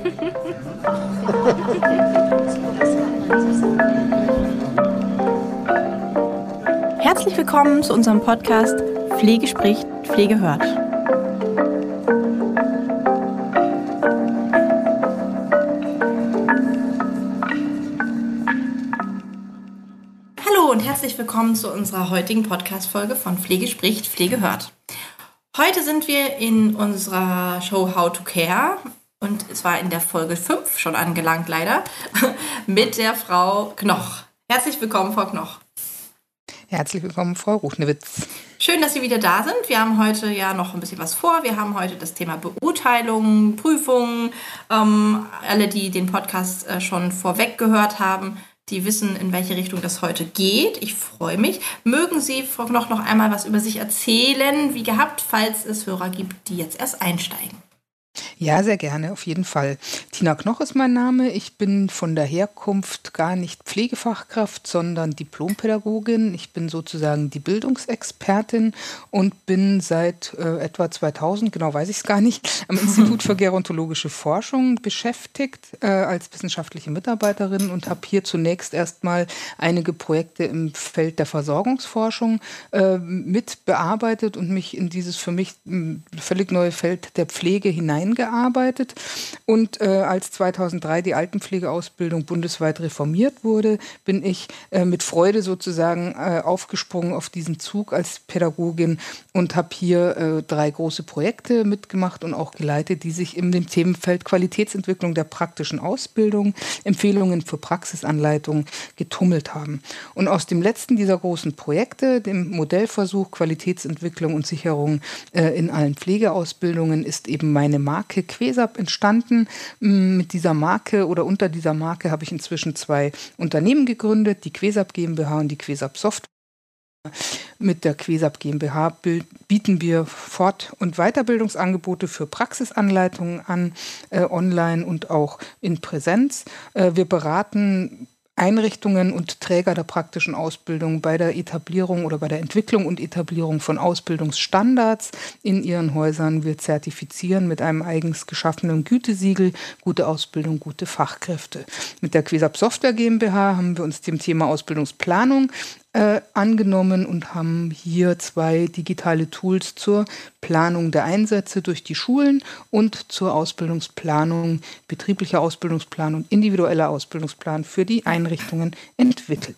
Herzlich willkommen zu unserem Podcast Pflege spricht, Pflege hört. Hallo und herzlich willkommen zu unserer heutigen Podcast-Folge von Pflege spricht, Pflege hört. Heute sind wir in unserer Show How to Care und es war in der Folge 5 schon angelangt leider, mit der Frau Knoch. Herzlich willkommen, Frau Knoch. Herzlich willkommen, Frau Ruchnewitz. Schön, dass Sie wieder da sind. Wir haben heute ja noch ein bisschen was vor. Wir haben heute das Thema Beurteilung, Prüfungen. Alle, die den Podcast schon vorweg gehört haben, die wissen, in welche Richtung das heute geht. Ich freue mich. Mögen Sie, Frau Knoch, noch einmal was über sich erzählen, wie gehabt, falls es Hörer gibt, die jetzt erst einsteigen? Ja, sehr gerne, auf jeden Fall. Tina Knoch ist mein Name. Ich bin von der Herkunft gar nicht Pflegefachkraft, sondern Diplompädagogin. Ich bin sozusagen die Bildungsexpertin und bin seit etwa 2000, genau weiß ich es gar nicht, am Institut für gerontologische Forschung beschäftigt als wissenschaftliche Mitarbeiterin und habe hier zunächst erstmal einige Projekte im Feld der Versorgungsforschung mit bearbeitet und mich in dieses für mich völlig neue Feld der Pflege hineingearbeitet. Und als 2003 die Altenpflegeausbildung bundesweit reformiert wurde, bin ich mit Freude sozusagen aufgesprungen auf diesen Zug als Pädagogin und habe hier 3 große Projekte mitgemacht und auch geleitet, die sich in dem Themenfeld Qualitätsentwicklung der praktischen Ausbildung, Empfehlungen für Praxisanleitungen getummelt haben. Und aus dem letzten dieser großen Projekte, dem Modellversuch Qualitätsentwicklung und Sicherung in allen Pflegeausbildungen, ist eben meine Marke Quesab entstanden. Mit dieser Marke oder unter dieser Marke habe ich inzwischen 2 Unternehmen gegründet, die Quesab GmbH und die Quesab Software. Mit der Quesab GmbH bieten wir Fort- und Weiterbildungsangebote für Praxisanleitungen an, online und auch in Präsenz. Wir beraten Einrichtungen und Träger der praktischen Ausbildung bei der Etablierung oder bei der Entwicklung und Etablierung von Ausbildungsstandards in ihren Häusern. Wir zertifizieren mit einem eigens geschaffenen Gütesiegel gute Ausbildung, gute Fachkräfte. Mit der Quesab Software GmbH haben wir uns dem Thema Ausbildungsplanung angenommen und haben hier 2 digitale Tools zur Planung der Einsätze durch die Schulen und zur Ausbildungsplanung, betrieblicher Ausbildungsplan und individueller Ausbildungsplan für die Einrichtungen entwickelt.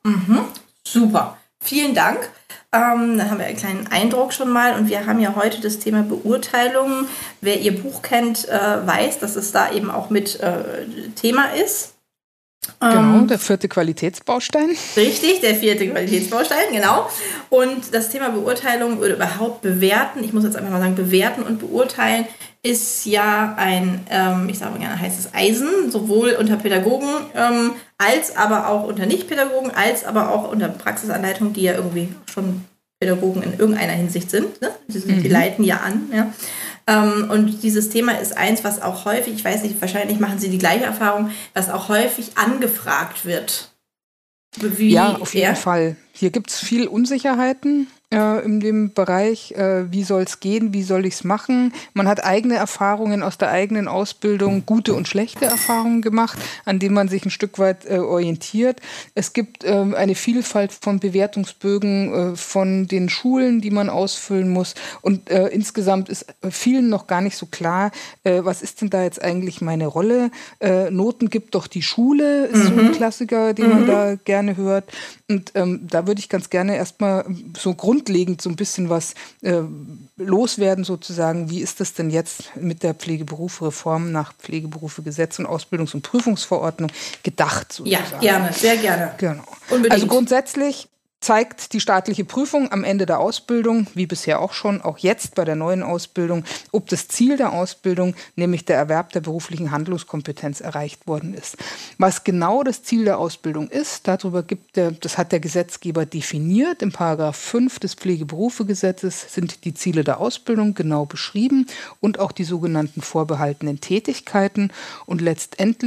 Super, vielen Dank. Dann haben wir einen kleinen Eindruck schon mal und wir haben ja heute das Thema Beurteilung. Wer Ihr Buch kennt, weiß, dass es da eben auch mit Thema ist. Genau, der 4. Qualitätsbaustein. Richtig, der 4. Qualitätsbaustein, genau. Und das Thema Beurteilung oder überhaupt bewerten, ich muss jetzt einfach mal sagen, bewerten und beurteilen ist ja ein, ich sage mal gerne, heißes Eisen, sowohl unter Pädagogen als aber auch unter Nicht-Pädagogen, als aber auch unter Praxisanleitungen, die ja irgendwie schon Pädagogen in irgendeiner Hinsicht sind. Ne? Die leiten ja an, ja. Und dieses Thema ist eins, was auch häufig, ich weiß nicht, wahrscheinlich machen Sie die gleiche Erfahrung, was auch häufig angefragt wird. Ja, auf jeden Fall. Hier gibt es viel Unsicherheiten in dem Bereich, wie soll es gehen, wie soll ich es machen. Man hat eigene Erfahrungen aus der eigenen Ausbildung, gute und schlechte Erfahrungen gemacht, an denen man sich ein Stück weit orientiert. Es gibt eine Vielfalt von Bewertungsbögen von den Schulen, die man ausfüllen muss. Und insgesamt ist vielen noch gar nicht so klar, was ist denn da jetzt eigentlich meine Rolle. Noten gibt doch die Schule, ist so ein Klassiker, den man da gerne hört. Und da würde ich ganz gerne erstmal so grundlegend so ein bisschen was loswerden sozusagen. Wie ist das denn jetzt mit der Pflegeberufereform nach Pflegeberufegesetz und Ausbildungs- und Prüfungsverordnung gedacht sozusagen? Ja, gerne, sehr gerne. Genau. Unbedingt. Also grundsätzlich zeigt die staatliche Prüfung am Ende der Ausbildung, wie bisher auch schon, auch jetzt bei der neuen Ausbildung, ob das Ziel der Ausbildung, nämlich der Erwerb der beruflichen Handlungskompetenz, erreicht worden ist. Was genau das Ziel der Ausbildung ist, das hat der Gesetzgeber definiert. Im Paragraph 5 des Pflegeberufegesetzes sind die Ziele der Ausbildung genau beschrieben und auch die sogenannten vorbehaltenen Tätigkeiten. Und letztendlich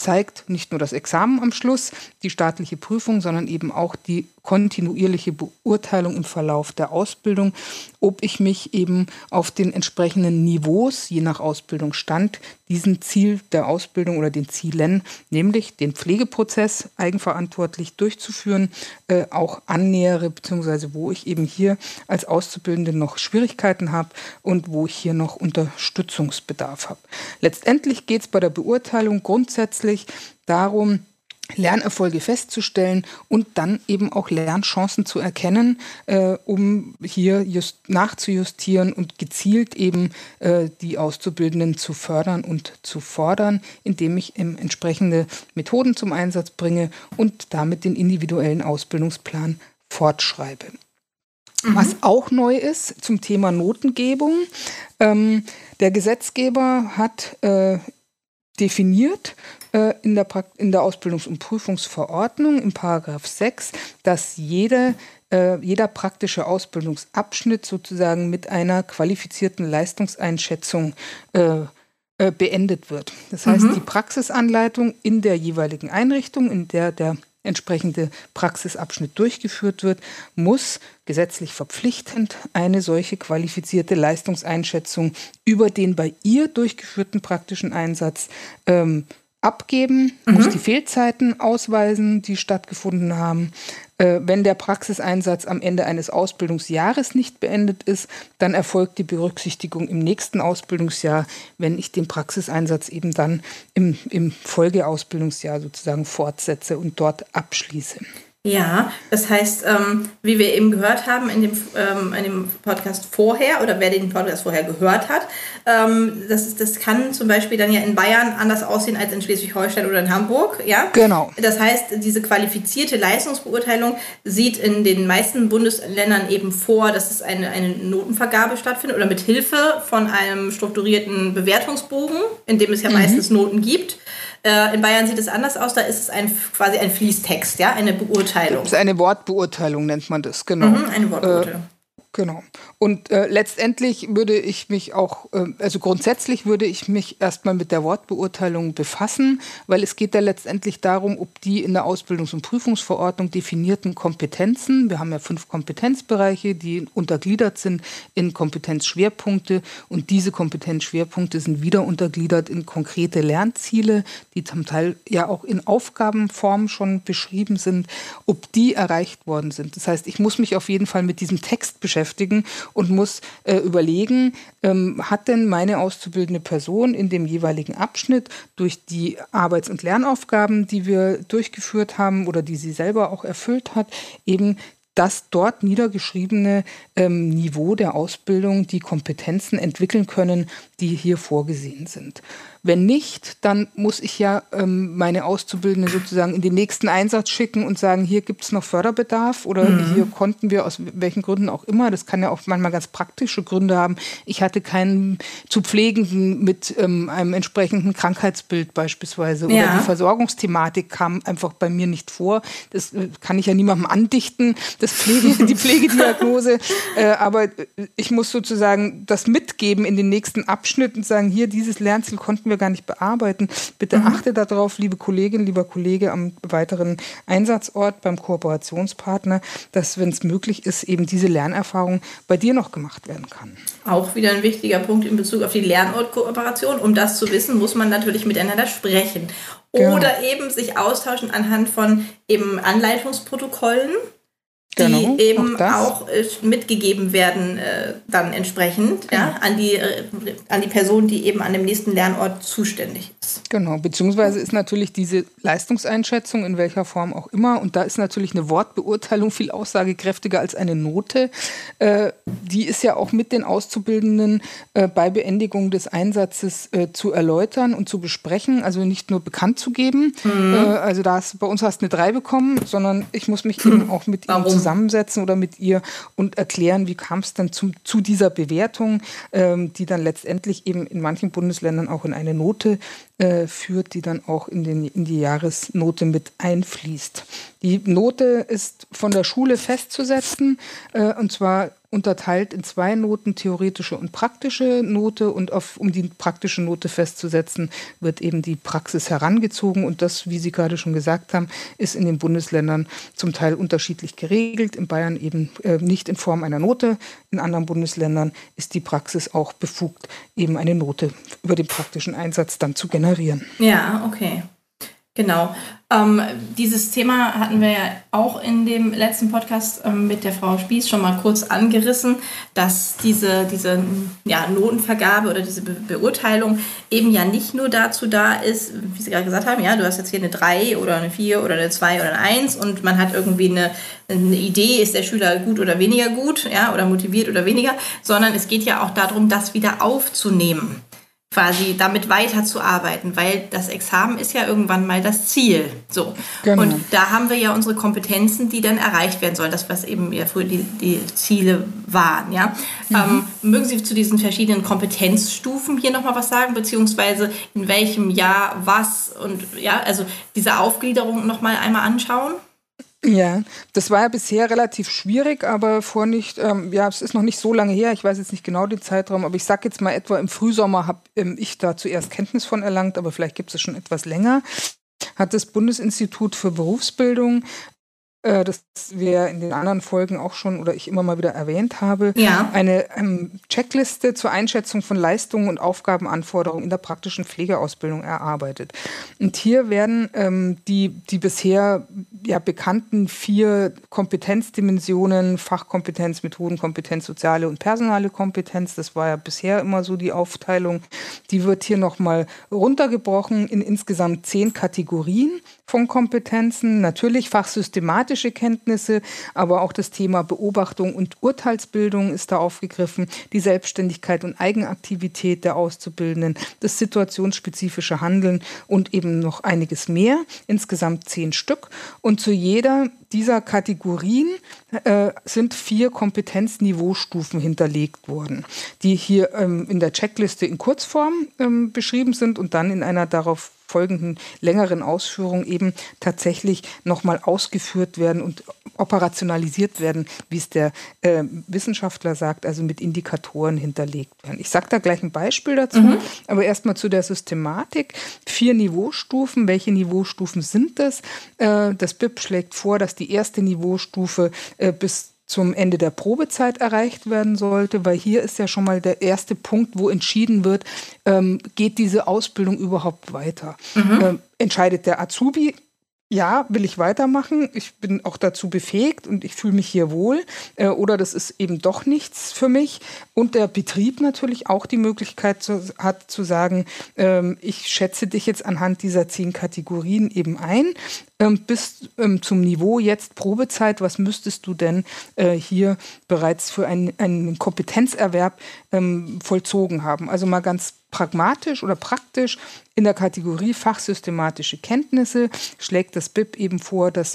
zeigt nicht nur das Examen am Schluss, die staatliche Prüfung, sondern eben auch die kontinuierliche Beurteilung im Verlauf der Ausbildung, ob ich mich eben auf den entsprechenden Niveaus, je nach Ausbildungsstand, diesen Ziel der Ausbildung oder den Zielen, nämlich den Pflegeprozess eigenverantwortlich durchzuführen, auch annähere, beziehungsweise wo ich eben hier als Auszubildende noch Schwierigkeiten habe und wo ich hier noch Unterstützungsbedarf habe. Letztendlich geht es bei der Beurteilung grundsätzlich darum, Lernerfolge festzustellen und dann eben auch Lernchancen zu erkennen, um hier nachzujustieren und gezielt eben die Auszubildenden zu fördern und zu fordern, indem ich entsprechende Methoden zum Einsatz bringe und damit den individuellen Ausbildungsplan fortschreibe. Was auch neu ist zum Thema Notengebung, der Gesetzgeber hat definiert in der Ausbildungs- und Prüfungsverordnung im Paragraph 6, dass jeder praktische Ausbildungsabschnitt sozusagen mit einer qualifizierten Leistungseinschätzung beendet wird. Das heißt, die Praxisanleitung in der jeweiligen Einrichtung, in der der entsprechende Praxisabschnitt durchgeführt wird, muss gesetzlich verpflichtend eine solche qualifizierte Leistungseinschätzung über den bei ihr durchgeführten praktischen Einsatz abgeben, muss die Fehlzeiten ausweisen, die stattgefunden haben. Wenn der Praxiseinsatz am Ende eines Ausbildungsjahres nicht beendet ist, dann erfolgt die Berücksichtigung im nächsten Ausbildungsjahr, wenn ich den Praxiseinsatz eben dann im Folgeausbildungsjahr sozusagen fortsetze und dort abschließe. Ja, das heißt, wie wir eben gehört haben in dem Podcast vorher, oder wer den Podcast vorher gehört hat, das kann zum Beispiel dann ja in Bayern anders aussehen als in Schleswig-Holstein oder in Hamburg. Ja? Genau. Das heißt, diese qualifizierte Leistungsbeurteilung sieht in den meisten Bundesländern eben vor, dass es eine Notenvergabe stattfindet oder mit Hilfe von einem strukturierten Bewertungsbogen, in dem es ja meistens Noten gibt. In Bayern sieht es anders aus, da ist es quasi ein Fließtext, ja, eine Beurteilung. Das ist eine Wortbeurteilung, nennt man das, genau. Eine Wortbeurteilung. Genau. Und letztendlich würde ich mich auch, also grundsätzlich würde ich mich erstmal mit der Wortbeurteilung befassen, weil es geht ja letztendlich darum, ob die in der Ausbildungs- und Prüfungsverordnung definierten Kompetenzen, wir haben ja 5 Kompetenzbereiche, die untergliedert sind in Kompetenzschwerpunkte, und diese Kompetenzschwerpunkte sind wieder untergliedert in konkrete Lernziele, die zum Teil ja auch in Aufgabenform schon beschrieben sind, ob die erreicht worden sind. Das heißt, ich muss mich auf jeden Fall mit diesem Text beschäftigen und muss überlegen, hat denn meine auszubildende Person in dem jeweiligen Abschnitt durch die Arbeits- und Lernaufgaben, die wir durchgeführt haben oder die sie selber auch erfüllt hat, eben das dort niedergeschriebene Niveau der Ausbildung, die Kompetenzen entwickeln können, die hier vorgesehen sind. Wenn nicht, dann muss ich ja meine Auszubildende sozusagen in den nächsten Einsatz schicken und sagen, hier gibt es noch Förderbedarf oder hier konnten wir aus welchen Gründen auch immer, das kann ja auch manchmal ganz praktische Gründe haben, ich hatte keinen zu Pflegenden mit einem entsprechenden Krankheitsbild beispielsweise oder die Versorgungsthematik kam einfach bei mir nicht vor. Das kann ich ja niemandem andichten, die Pflegediagnose, aber ich muss sozusagen das mitgeben in den nächsten Abschnitt und sagen, hier, dieses Lernziel konnten wir gar nicht bearbeiten. Bitte achte darauf, liebe Kollegin, lieber Kollege, am weiteren Einsatzort beim Kooperationspartner, dass, wenn es möglich ist, eben diese Lernerfahrung bei dir noch gemacht werden kann. Auch wieder ein wichtiger Punkt in Bezug auf die Lernortkooperation. Um das zu wissen, muss man natürlich miteinander sprechen. Genau. Oder eben sich austauschen anhand von eben Anleitungsprotokollen, die eben auch mitgegeben werden dann entsprechend an die Person, die eben an dem nächsten Lernort zuständig ist. Genau, beziehungsweise ist natürlich diese Leistungseinschätzung in welcher Form auch immer, und da ist natürlich eine Wortbeurteilung viel aussagekräftiger als eine Note. Die ist ja auch mit den Auszubildenden bei Beendigung des Einsatzes zu erläutern und zu besprechen, also nicht nur bekannt zu geben. Also bei uns hast du eine 3 bekommen, sondern ich muss mich eben auch mit ihm zusammensetzen oder mit ihr und erklären, wie kam es dann zu dieser Bewertung, die dann letztendlich eben in manchen Bundesländern auch in eine Note führt, die dann auch in die Jahresnote mit einfließt. Die Note ist von der Schule festzusetzen, und zwar unterteilt in 2 Noten, theoretische und praktische Note. Und um die praktische Note festzusetzen, wird eben die Praxis herangezogen. Und das, wie Sie gerade schon gesagt haben, ist in den Bundesländern zum Teil unterschiedlich geregelt. In Bayern eben nicht in Form einer Note. In anderen Bundesländern ist die Praxis auch befugt, eben eine Note über den praktischen Einsatz dann zu generieren. Ja, okay. Genau. Dieses Thema hatten wir ja auch in dem letzten Podcast mit der Frau Spieß schon mal kurz angerissen, dass diese Notenvergabe oder diese Beurteilung eben ja nicht nur dazu da ist, wie Sie gerade gesagt haben, ja, du hast jetzt hier eine 3 oder eine 4 oder eine 2 oder eine 1 und man hat irgendwie eine Idee, ist der Schüler gut oder weniger gut, ja, oder motiviert oder weniger, sondern es geht ja auch darum, das wieder aufzunehmen. Quasi damit weiterzuarbeiten, weil das Examen ist ja irgendwann mal das Ziel. So. Genau. Und da haben wir ja unsere Kompetenzen, die dann erreicht werden sollen, das, was eben ja früher die Ziele waren. Ja? Mögen Sie zu diesen verschiedenen Kompetenzstufen hier nochmal was sagen, beziehungsweise in welchem Jahr was und ja, also diese Aufgliederung nochmal einmal anschauen? Ja, das war ja bisher relativ schwierig, aber es ist noch nicht so lange her, ich weiß jetzt nicht genau den Zeitraum, aber ich sage jetzt mal etwa im Frühsommer habe ich da zuerst Kenntnis von erlangt, aber vielleicht gibt es schon etwas länger, hat das Bundesinstitut für Berufsbildung, das wir in den anderen Folgen auch schon oder ich immer mal wieder erwähnt habe, eine Checkliste zur Einschätzung von Leistungen und Aufgabenanforderungen in der praktischen Pflegeausbildung erarbeitet. Und hier werden die bisher bekannten 4 Kompetenzdimensionen, Fachkompetenz, Methodenkompetenz, soziale und personale Kompetenz, das war ja bisher immer so die Aufteilung, die wird hier nochmal runtergebrochen in insgesamt 10 Kategorien von Kompetenzen, natürlich fachsystematische Kenntnisse, aber auch das Thema Beobachtung und Urteilsbildung ist da aufgegriffen, die Selbstständigkeit und Eigenaktivität der Auszubildenden, das situationsspezifische Handeln und eben noch einiges mehr, insgesamt 10 Stück. Und zu jeder dieser Kategorien sind 4 Kompetenzniveaustufen hinterlegt worden, die hier in der Checkliste in Kurzform beschrieben sind und dann in einer darauf folgenden längeren Ausführungen eben tatsächlich nochmal ausgeführt werden und operationalisiert werden, wie es der Wissenschaftler sagt, also mit Indikatoren hinterlegt werden. Ich sage da gleich ein Beispiel dazu, aber erstmal zu der Systematik. 4 Niveaustufen. Welche Niveaustufen sind das? Das BIP schlägt vor, dass die erste Niveaustufe bis zum Ende der Probezeit erreicht werden sollte, weil hier ist ja schon mal der erste Punkt, wo entschieden wird, geht diese Ausbildung überhaupt weiter? Entscheidet der Azubi, ja, will ich weitermachen, ich bin auch dazu befähigt und ich fühle mich hier wohl, oder das ist eben doch nichts für mich. Und der Betrieb natürlich auch die Möglichkeit hat zu sagen, ich schätze dich jetzt anhand dieser 10 Kategorien eben ein, bis zum Niveau jetzt Probezeit, was müsstest du denn hier bereits für einen Kompetenzerwerb vollzogen haben? Also mal ganz pragmatisch oder praktisch in der Kategorie fachsystematische Kenntnisse schlägt das BIP eben vor, dass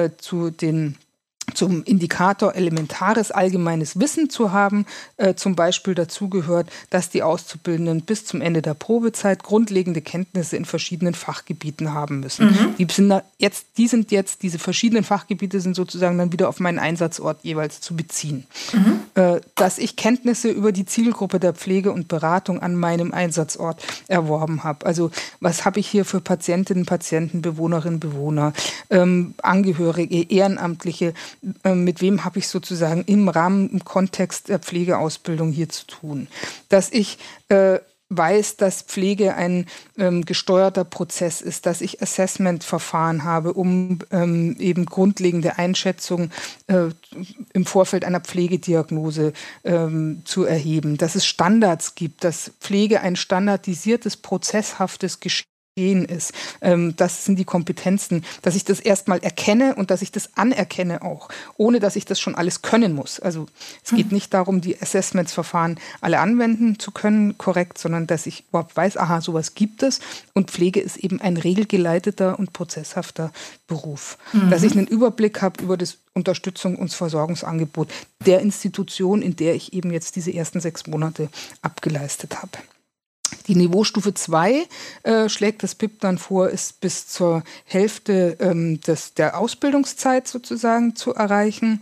zum Indikator elementares allgemeines Wissen zu haben, zum Beispiel dazu gehört, dass die Auszubildenden bis zum Ende der Probezeit grundlegende Kenntnisse in verschiedenen Fachgebieten haben müssen. Diese verschiedenen Fachgebiete sind sozusagen dann wieder auf meinen Einsatzort jeweils zu beziehen. Dass ich Kenntnisse über die Zielgruppe der Pflege und Beratung an meinem Einsatzort erworben habe. Also was habe ich hier für Patientinnen, Patienten, Bewohnerinnen, Bewohner, Angehörige, Ehrenamtliche, mit wem habe ich sozusagen im Kontext der Pflegeausbildung hier zu tun. Dass ich weiß, dass Pflege ein gesteuerter Prozess ist, dass ich Assessment-Verfahren habe, um eben grundlegende Einschätzungen im Vorfeld einer Pflegediagnose zu erheben, dass es Standards gibt, dass Pflege ein standardisiertes, prozesshaftes Geschehen ist. Das sind die Kompetenzen, dass ich das erstmal erkenne und dass ich das anerkenne auch, ohne dass ich das schon alles können muss. Also es geht nicht darum, die Assessmentsverfahren alle anwenden zu können, korrekt, sondern dass ich überhaupt weiß, aha, sowas gibt es und Pflege ist eben ein regelgeleiteter und prozesshafter Beruf. Dass ich einen Überblick habe über das Unterstützung und Versorgungsangebot der Institution, in der ich eben jetzt diese ersten 6 Monate abgeleistet habe. Die Niveaustufe 2 schlägt das BIP dann vor, ist bis zur Hälfte der Ausbildungszeit sozusagen zu erreichen.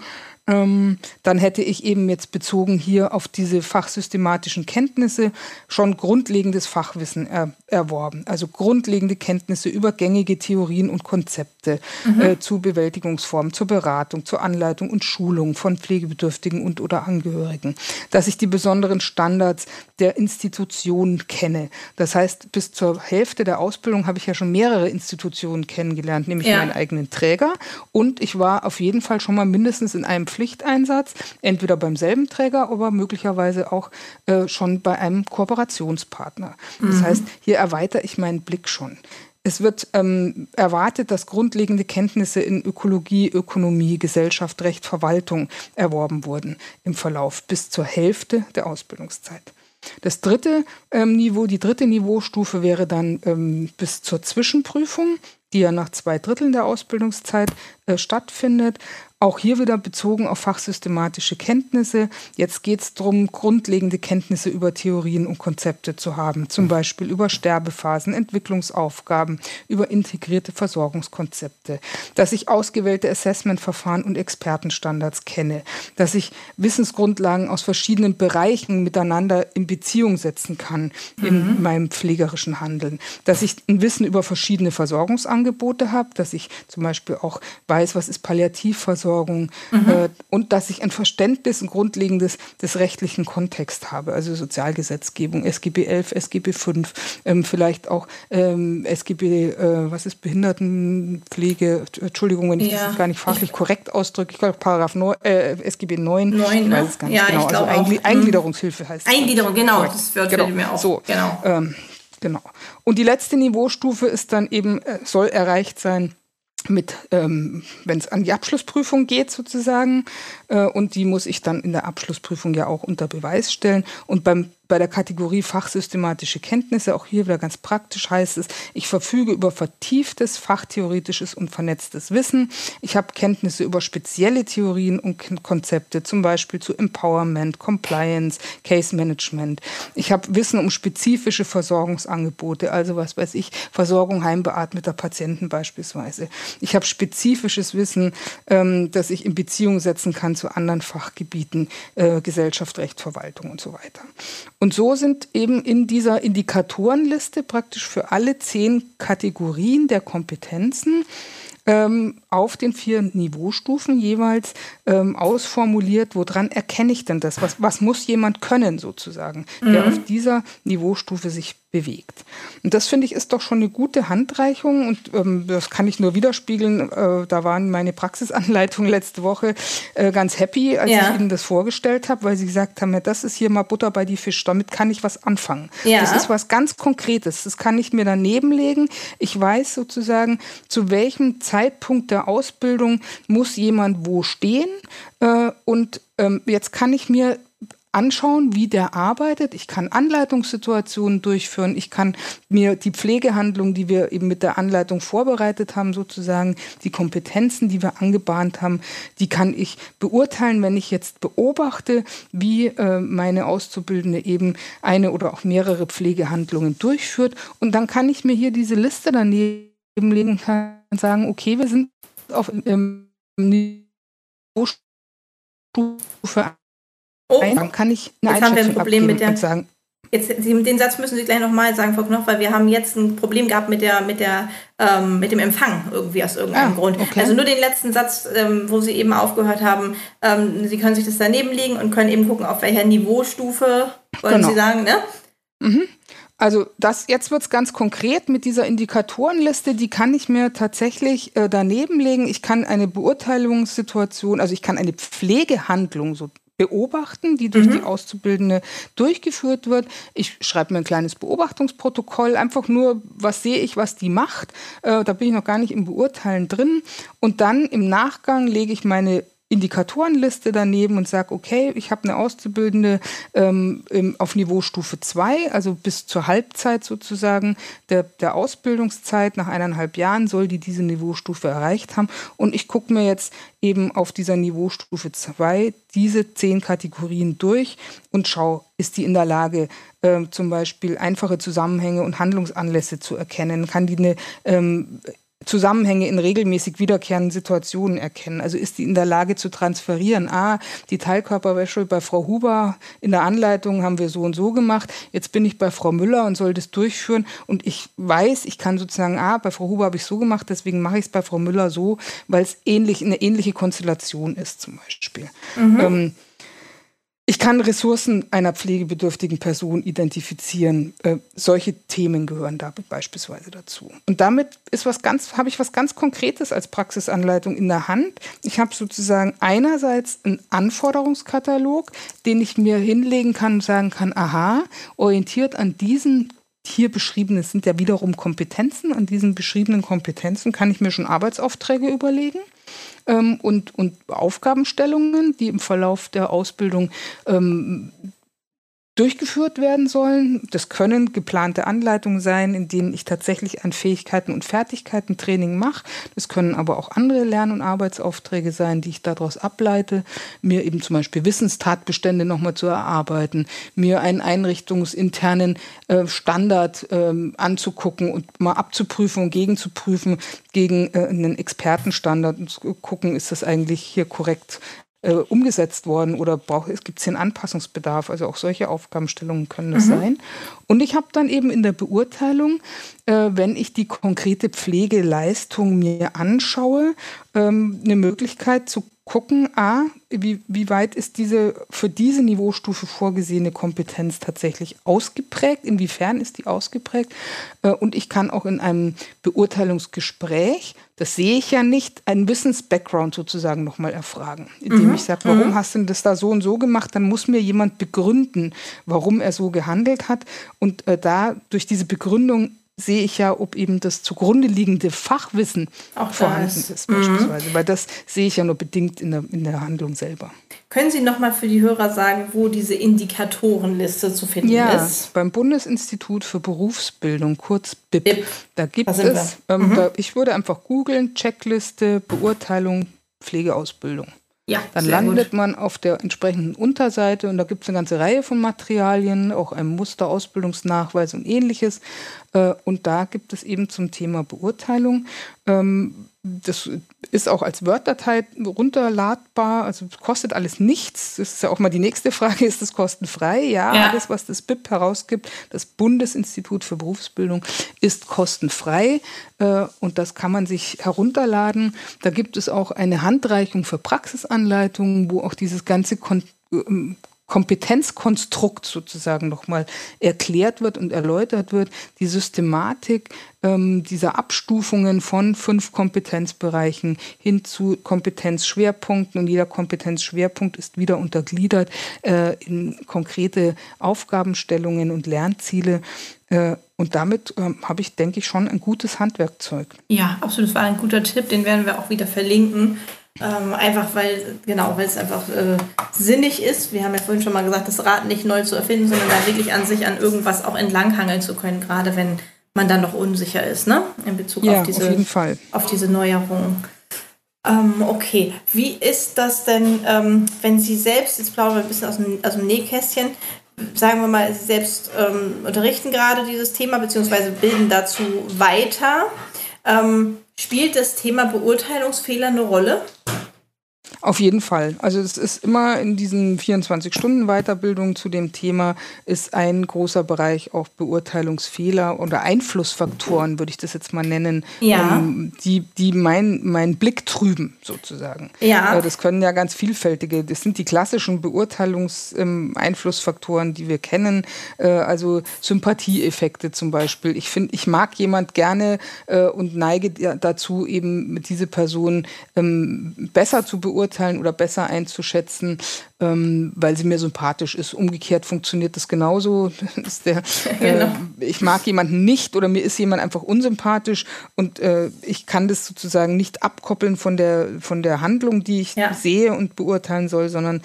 Dann hätte ich eben jetzt bezogen hier auf diese fachsystematischen Kenntnisse schon grundlegendes Fachwissen erworben. Also grundlegende Kenntnisse über gängige Theorien und Konzepte zu Bewältigungsformen, zur Beratung, zur Anleitung und Schulung von Pflegebedürftigen und oder Angehörigen. Dass ich die besonderen Standards der Institution kenne. Das heißt, bis zur Hälfte der Ausbildung habe ich ja schon mehrere Institutionen kennengelernt, nämlich meinen eigenen Träger. Und ich war auf jeden Fall schon mal mindestens in einem Pflichteinsatz, entweder beim selben Träger, aber möglicherweise auch schon bei einem Kooperationspartner. Das heißt, hier erweitere ich meinen Blick schon. Es wird erwartet, dass grundlegende Kenntnisse in Ökologie, Ökonomie, Gesellschaft, Recht, Verwaltung erworben wurden im Verlauf bis zur Hälfte der Ausbildungszeit. Das dritte Niveau, die dritte Niveaustufe wäre dann bis zur Zwischenprüfung, die ja nach 2/3 der Ausbildungszeit stattfindet. Auch hier wieder bezogen auf fachsystematische Kenntnisse. Jetzt geht es darum, grundlegende Kenntnisse über Theorien und Konzepte zu haben. Zum Beispiel über Sterbephasen, Entwicklungsaufgaben, über integrierte Versorgungskonzepte. Dass ich ausgewählte Assessmentverfahren und Expertenstandards kenne. Dass ich Wissensgrundlagen aus verschiedenen Bereichen miteinander in Beziehung setzen kann in meinem pflegerischen Handeln. Dass ich ein Wissen über verschiedene Versorgungsangebote habe. Dass ich zum Beispiel auch weiß, was ist Palliativversorgung, und dass ich ein Verständnis, ein grundlegendes des rechtlichen Kontexts habe, also Sozialgesetzgebung, SGB 11, SGB 5, vielleicht auch SGB, was ist Behindertenpflege, Entschuldigung, wenn ich das jetzt gar nicht fachlich korrekt ausdrücke, ich glaube Paragraph 9, SGB 9, ich weiß es gar nicht genau, also Eingliederungshilfe heißt es. Eingliederung, genau, das würde mir auch. So, genau. Und die letzte Niveaustufe ist dann eben, soll erreicht sein, wenn es an die Abschlussprüfung geht sozusagen, und die muss ich dann in der Abschlussprüfung ja auch unter Beweis stellen. Und bei der Kategorie fachsystematische Kenntnisse, auch hier wieder ganz praktisch heißt es, ich verfüge über vertieftes, fachtheoretisches und vernetztes Wissen. Ich habe Kenntnisse über spezielle Theorien und Konzepte, zum Beispiel zu Empowerment, Compliance, Case Management. Ich habe Wissen um spezifische Versorgungsangebote, also was weiß ich, Versorgung heimbeatmeter Patienten beispielsweise. Ich habe spezifisches Wissen, das ich in Beziehung setzen kann zu anderen Fachgebieten, Gesellschaft, Recht, Verwaltung und so weiter. Und so sind eben in dieser Indikatorenliste praktisch für alle 10 Kategorien der Kompetenzen auf den 4 Niveaustufen jeweils ausformuliert, woran erkenne ich denn das? Was muss jemand können sozusagen, der auf dieser Niveaustufe sich bewegt? Und das, finde ich, ist doch schon eine gute Handreichung, und das kann ich nur widerspiegeln. Da waren meine Praxisanleitungen letzte Woche ganz happy, als ich ihnen das vorgestellt habe, weil sie gesagt haben, ja, das ist hier mal Butter bei die Fisch, damit kann ich was anfangen. Ja. Das ist was ganz Konkretes, das kann ich mir daneben legen. Ich weiß sozusagen, zu welchem Zeitpunkt der Ausbildung muss jemand wo stehen, und jetzt kann ich mir anschauen, wie der arbeitet. Ich kann Anleitungssituationen durchführen. Ich kann mir die Pflegehandlung, die wir eben mit der Anleitung vorbereitet haben, sozusagen die Kompetenzen, die wir angebahnt haben, die kann ich beurteilen, wenn ich jetzt beobachte, wie meine Auszubildende eben eine oder auch mehrere Pflegehandlungen durchführt. Und dann kann ich mir hier diese Liste daneben legen und kann sagen, okay, wir sind auf Niveaustufe. Dann kann ich eine Einschätzung abgeben und sagen, den Satz müssen Sie gleich nochmal sagen, Frau Knoch, weil wir haben jetzt ein Problem gehabt mit dem Empfang irgendwie aus irgendeinem Grund. Okay. Also nur den letzten Satz, wo Sie eben aufgehört haben, Sie können sich das daneben legen und können eben gucken, auf welcher Niveaustufe, wollen Sie sagen, ne? Also jetzt wird es ganz konkret mit dieser Indikatorenliste, die kann ich mir tatsächlich daneben legen. Ich kann eine Beurteilungssituation, also ich kann eine Pflegehandlung so beobachten, die durch die Auszubildende durchgeführt wird. Ich schreibe mir ein kleines Beobachtungsprotokoll, einfach nur, was sehe ich, was die macht. Da bin ich noch gar nicht im Beurteilen drin. Und dann im Nachgang lege ich meine Indikatorenliste daneben und sage, okay, ich habe eine Auszubildende auf Niveaustufe 2, also bis zur Halbzeit sozusagen der Ausbildungszeit, nach 1,5 Jahren soll die diese Niveaustufe erreicht haben. Und ich gucke mir jetzt eben auf dieser Niveaustufe 2 diese 10 Kategorien durch und schaue, ist die in der Lage, zum Beispiel einfache Zusammenhänge und Handlungsanlässe zu erkennen? Kann die eine Zusammenhänge in regelmäßig wiederkehrenden Situationen erkennen. Also ist die in der Lage zu transferieren. Die Teilkörperwäsche bei Frau Huber in der Anleitung haben wir so und so gemacht. Jetzt bin ich bei Frau Müller und soll das durchführen. Und ich weiß, ich kann sozusagen, bei Frau Huber habe ich so gemacht, deswegen mache ich es bei Frau Müller so, weil es eine ähnliche Konstellation ist zum Beispiel. Ich kann Ressourcen einer pflegebedürftigen Person identifizieren. Solche Themen gehören da beispielsweise dazu. Und damit habe ich was ganz Konkretes als Praxisanleitung in der Hand. Ich habe sozusagen einerseits einen Anforderungskatalog, den ich mir hinlegen kann und sagen kann, orientiert an diesen hier beschriebenen, es sind ja wiederum Kompetenzen, an diesen beschriebenen Kompetenzen kann ich mir schon Arbeitsaufträge überlegen. Und Aufgabenstellungen, die im Verlauf der Ausbildung durchgeführt werden sollen. Das können geplante Anleitungen sein, in denen ich tatsächlich ein Fähigkeiten- und Fertigkeiten-Training mache. Das können aber auch andere Lern- und Arbeitsaufträge sein, die ich daraus ableite. Mir eben zum Beispiel Wissenstatbestände nochmal zu erarbeiten, mir einen einrichtungsinternen Standard anzugucken und mal abzuprüfen und gegenzuprüfen gegen einen Expertenstandard und zu gucken, ist das eigentlich hier korrekt umgesetzt worden oder gibt es hier einen Anpassungsbedarf? Also auch solche Aufgabenstellungen können das sein. Und ich habe dann eben in der Beurteilung, wenn ich die konkrete Pflegeleistung mir anschaue, eine Möglichkeit zu gucken, wie weit ist diese für diese Niveaustufe vorgesehene Kompetenz tatsächlich ausgeprägt, inwiefern ist die ausgeprägt. Und ich kann auch in einem Beurteilungsgespräch, das sehe ich ja nicht, einen Wissens-Background sozusagen nochmal erfragen, indem ich sage, warum hast du denn das da so und so gemacht? Dann muss mir jemand begründen, warum er so gehandelt hat. Und da durch diese Begründung sehe ich ja, ob eben das zugrunde liegende Fachwissen auch vorhanden ist beispielsweise. Weil das sehe ich ja nur bedingt in der Handlung selber. Können Sie nochmal für die Hörer sagen, wo diese Indikatorenliste zu finden ist? Beim Bundesinstitut für Berufsbildung, kurz BIP. Da gibt es, ich würde einfach googeln, Checkliste, Beurteilung, Pflegeausbildung. Ja, dann landet man auf der entsprechenden Unterseite und da gibt es eine ganze Reihe von Materialien, auch ein Muster, Ausbildungsnachweis und ähnliches. Und da gibt es eben zum Thema Beurteilung. Das ist auch als Word-Datei runterladbar, also kostet alles nichts. Das ist ja auch mal die nächste Frage, ist das kostenfrei? Ja, alles, was das BIP herausgibt, das Bundesinstitut für Berufsbildung, ist kostenfrei und das kann man sich herunterladen. Da gibt es auch eine Handreichung für Praxisanleitungen, wo auch dieses ganze Kompetenzkonstrukt sozusagen nochmal erklärt wird und erläutert wird, die Systematik dieser Abstufungen von 5 Kompetenzbereichen hin zu Kompetenzschwerpunkten und jeder Kompetenzschwerpunkt ist wieder untergliedert in konkrete Aufgabenstellungen und Lernziele. Und damit habe ich, denke ich, schon ein gutes Handwerkzeug. Ja, absolut. Das war ein guter Tipp, den werden wir auch wieder verlinken. Einfach weil es einfach sinnig ist. Wir haben ja vorhin schon mal gesagt, das Rad nicht neu zu erfinden, sondern da wirklich an sich an irgendwas auch entlanghangeln zu können, gerade wenn man dann noch unsicher ist, ne? In Bezug auf diese Neuerungen. Okay, wie ist das denn, wenn Sie selbst, jetzt plaudern wir ein bisschen aus dem Nähkästchen, sagen wir mal, Sie selbst unterrichten gerade dieses Thema, beziehungsweise bilden dazu weiter. Spielt das Thema Beurteilungsfehler eine Rolle? Auf jeden Fall. Also es ist immer in diesen 24-Stunden-Weiterbildungen zu dem Thema ist ein großer Bereich auch Beurteilungsfehler oder Einflussfaktoren, würde ich das jetzt mal nennen, die meinen Blick trüben sozusagen. Ja. Das können ja ganz vielfältige, das sind die klassischen Beurteilungseinflussfaktoren, die wir kennen, also Sympathieeffekte zum Beispiel. Ich mag jemand gerne und neige dazu, eben diese Person besser zu beurteilen oder besser einzuschätzen, weil sie mir sympathisch ist. Umgekehrt funktioniert das genauso. Ich mag jemanden nicht oder mir ist jemand einfach unsympathisch und ich kann das sozusagen nicht abkoppeln von der Handlung, die ich sehe und beurteilen soll, sondern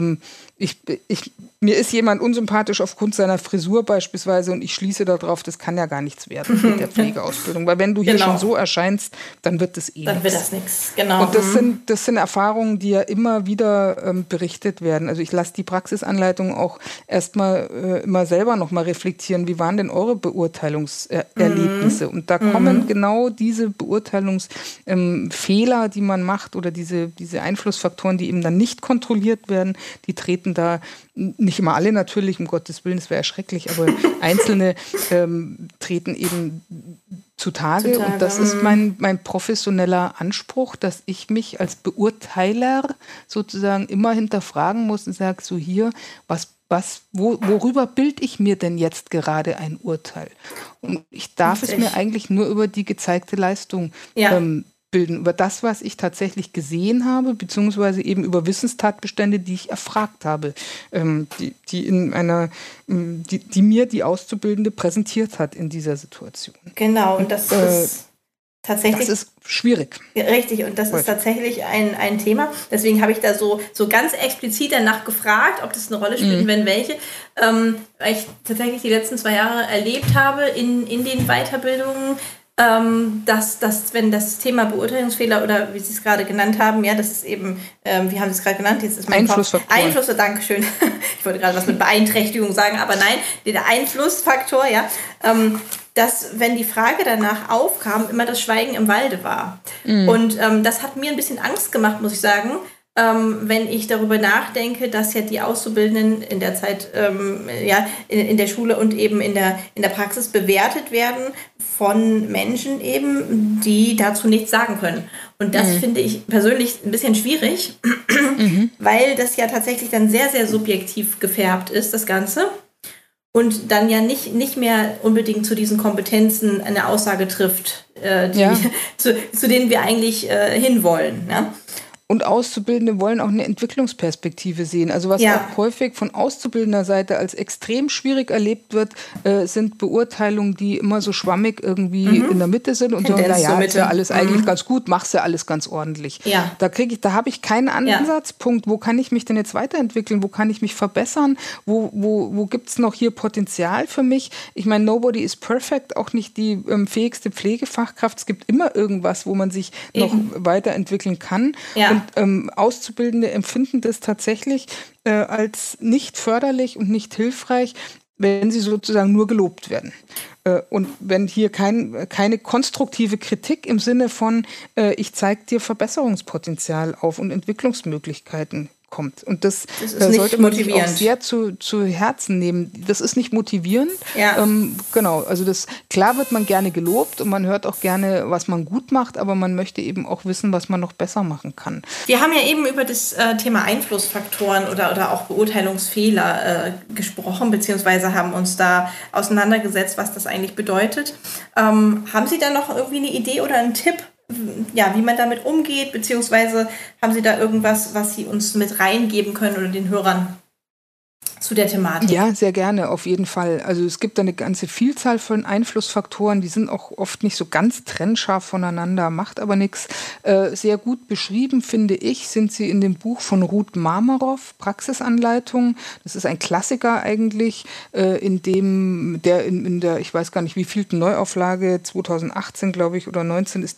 mir ist jemand unsympathisch aufgrund seiner Frisur beispielsweise und ich schließe darauf, das kann ja gar nichts werden mit der Pflegeausbildung. Weil wenn du hier schon so erscheinst, dann wird das nichts. Dann wird das nichts, genau. Und das sind Erfahrungen, die ja immer wieder berichtet kontrolliert werden. Also ich lasse die Praxisanleitung auch erstmal immer selber nochmal reflektieren, wie waren denn eure Beurteilungserlebnisse? Und da kommen genau diese Beurteilungsfehler, die man macht oder diese Einflussfaktoren, die eben dann nicht kontrolliert werden, die treten da, nicht immer alle natürlich, um Gottes Willen, das wäre schrecklich, aber einzelne treten eben zutage. Und das ist mein professioneller Anspruch, dass ich mich als Beurteiler sozusagen immer hinterfragen muss und sage, so hier, worüber bilde ich mir denn jetzt gerade ein Urteil? Und ich darf es mir eigentlich nur über die gezeigte Leistung bilden, über das, was ich tatsächlich gesehen habe, beziehungsweise eben über Wissenstatbestände, die ich erfragt habe, die mir die Auszubildende präsentiert hat in dieser Situation. Genau, und das ist tatsächlich... Das ist schwierig. Richtig, und das ist tatsächlich ein Thema. Deswegen habe ich da so ganz explizit danach gefragt, ob das eine Rolle spielt und wenn welche. Weil ich tatsächlich die letzten 2 Jahre erlebt habe in den Weiterbildungen, dass wenn das Thema Beurteilungsfehler oder wie Sie es gerade genannt haben, ja, das ist eben, wie haben Sie es gerade genannt? Jetzt ist mein Einflussfaktor, Dankeschön. Ich wollte gerade was mit Beeinträchtigung sagen, aber nein, der Einflussfaktor, ja, dass, wenn die Frage danach aufkam, immer das Schweigen im Walde war. Und das hat mir ein bisschen Angst gemacht, muss ich sagen, wenn ich darüber nachdenke, dass ja die Auszubildenden in der Zeit in der Schule und eben in der Praxis bewertet werden von Menschen eben, die dazu nichts sagen können. Und das finde ich persönlich ein bisschen schwierig, weil das ja tatsächlich dann sehr, sehr subjektiv gefärbt ist, das Ganze. Und dann ja nicht mehr unbedingt zu diesen Kompetenzen eine Aussage trifft, zu denen wir eigentlich hinwollen. Ne? Und Auszubildende wollen auch eine Entwicklungsperspektive sehen. Also was auch häufig von auszubildender Seite als extrem schwierig erlebt wird, sind Beurteilungen, die immer so schwammig irgendwie in der Mitte sind und sagen, naja, ist ja alles eigentlich ganz gut, machst ja alles ganz ordentlich. Ja. Da habe ich keinen Ansatzpunkt. Wo kann ich mich denn jetzt weiterentwickeln? Wo kann ich mich verbessern? Wo gibt es noch hier Potenzial für mich? Ich meine, nobody is perfect, auch nicht die fähigste Pflegefachkraft. Es gibt immer irgendwas, wo man sich noch weiterentwickeln kann. Ja. Und Auszubildende empfinden das tatsächlich als nicht förderlich und nicht hilfreich, wenn sie sozusagen nur gelobt werden. Und wenn hier keine konstruktive Kritik im Sinne von ich zeige dir Verbesserungspotenzial auf und Entwicklungsmöglichkeiten kommt. Und das sollte man sich auch sehr zu Herzen nehmen. Das ist nicht motivierend. Ja. Genau, also klar wird man gerne gelobt und man hört auch gerne, was man gut macht, aber man möchte eben auch wissen, was man noch besser machen kann. Wir haben ja eben über das Thema Einflussfaktoren oder auch Beurteilungsfehler gesprochen, beziehungsweise haben uns da auseinandergesetzt, was das eigentlich bedeutet. Haben Sie da noch irgendwie eine Idee oder einen Tipp, wie man damit umgeht, beziehungsweise haben Sie da irgendwas, was Sie uns mit reingeben können oder den Hörern zu der Thematik? Ja, sehr gerne, auf jeden Fall. Also es gibt eine ganze Vielzahl von Einflussfaktoren, die sind auch oft nicht so ganz trennscharf voneinander, macht aber nichts. Sehr gut beschrieben, finde ich, sind sie in dem Buch von Ruth Marmarow, Praxisanleitung. Das ist ein Klassiker eigentlich, in der, ich weiß gar nicht, wie vielten Neuauflage, 2018, glaube ich, oder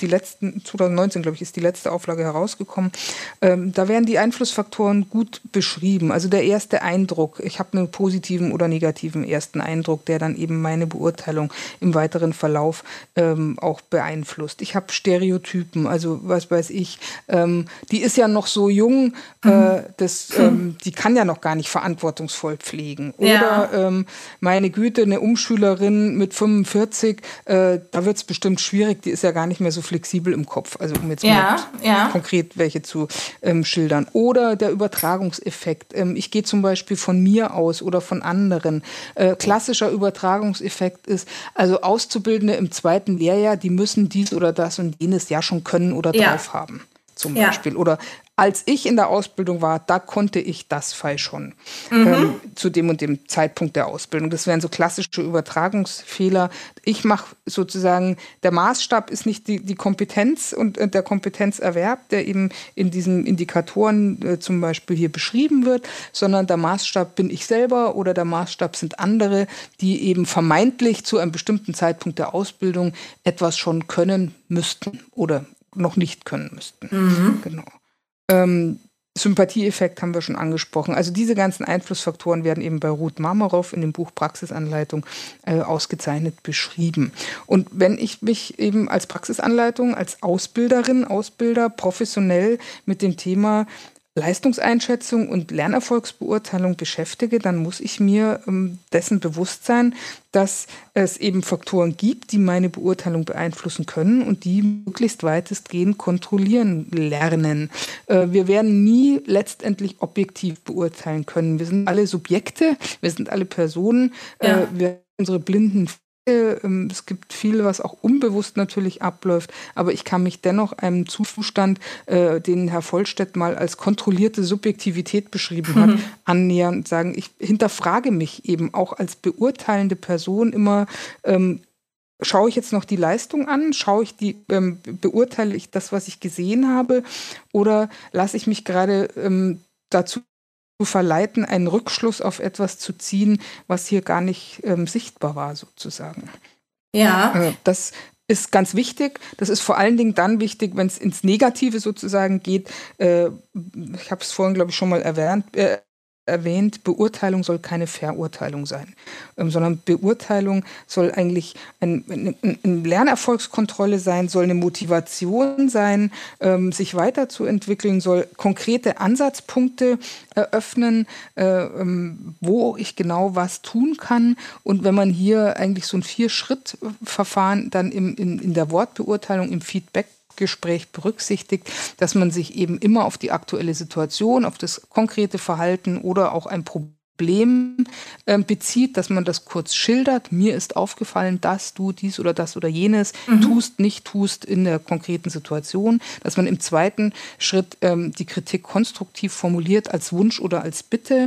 2019, glaube ich, ist die letzte Auflage herausgekommen. Da werden die Einflussfaktoren gut beschrieben. Also der erste Eindruck, ich habe einen positiven oder negativen ersten Eindruck, der dann eben meine Beurteilung im weiteren Verlauf auch beeinflusst. Ich habe Stereotypen, also was weiß ich, die ist ja noch so jung, die kann ja noch gar nicht verantwortungsvoll pflegen. Oder meine Güte, eine Umschülerin mit 45, da wird es bestimmt schwierig, die ist ja gar nicht mehr so flexibel im Kopf, also um jetzt mal konkret welche zu schildern. Oder der Übertragungseffekt. Ich gehe zum Beispiel von mir aus oder von anderen. Klassischer Übertragungseffekt ist, also Auszubildende im 2. Lehrjahr, die müssen dies oder das und jenes ja schon können oder drauf haben, zum Beispiel. Oder als ich in der Ausbildung war, da konnte ich das Fall schon zu dem und dem Zeitpunkt der Ausbildung. Das wären so klassische Übertragungsfehler. Ich mache sozusagen, der Maßstab ist nicht die Kompetenz und der Kompetenzerwerb, der eben in diesen Indikatoren zum Beispiel hier beschrieben wird, sondern der Maßstab bin ich selber oder der Maßstab sind andere, die eben vermeintlich zu einem bestimmten Zeitpunkt der Ausbildung etwas schon können müssten oder noch nicht können müssten. Genau. Sympathieeffekt haben wir schon angesprochen. Also diese ganzen Einflussfaktoren werden eben bei Ruth Marmarow in dem Buch Praxisanleitung ausgezeichnet beschrieben. Und wenn ich mich eben als Praxisanleitung, als Ausbilderin, Ausbilder professionell mit dem Thema Leistungseinschätzung und Lernerfolgsbeurteilung beschäftige, dann muss ich mir dessen bewusst sein, dass es eben Faktoren gibt, die meine Beurteilung beeinflussen können und die möglichst weitestgehend kontrollieren lernen. Wir werden nie letztendlich objektiv beurteilen können. Wir sind alle Subjekte, wir sind alle Personen, wir haben unsere blinden es gibt viel, was auch unbewusst natürlich abläuft, aber ich kann mich dennoch einem Zustand, den Herr Vollstedt mal als kontrollierte Subjektivität beschrieben hat, annähern und sagen, ich hinterfrage mich eben auch als beurteilende Person immer, schaue ich jetzt noch die Leistung an, beurteile ich das, was ich gesehen habe, oder lasse ich mich gerade dazu verleiten, einen Rückschluss auf etwas zu ziehen, was hier gar nicht sichtbar war, sozusagen. Ja. Das ist ganz wichtig. Das ist vor allen Dingen dann wichtig, wenn es ins Negative sozusagen geht. Ich habe es vorhin, glaube ich, schon mal erwähnt, Beurteilung soll keine Verurteilung sein, sondern Beurteilung soll eigentlich eine Lernerfolgskontrolle sein, soll eine Motivation sein, sich weiterzuentwickeln, soll konkrete Ansatzpunkte eröffnen, wo ich genau was tun kann. Und wenn man hier eigentlich so ein 4-Schritt-Verfahren dann in der Wortbeurteilung, im Feedback-Gespräch berücksichtigt, dass man sich eben immer auf die aktuelle Situation, auf das konkrete Verhalten oder auch ein Problem bezieht, dass man das kurz schildert. Mir ist aufgefallen, dass du dies oder das oder jenes tust, nicht tust in der konkreten Situation. Dass man im zweiten Schritt die Kritik konstruktiv formuliert als Wunsch oder als Bitte.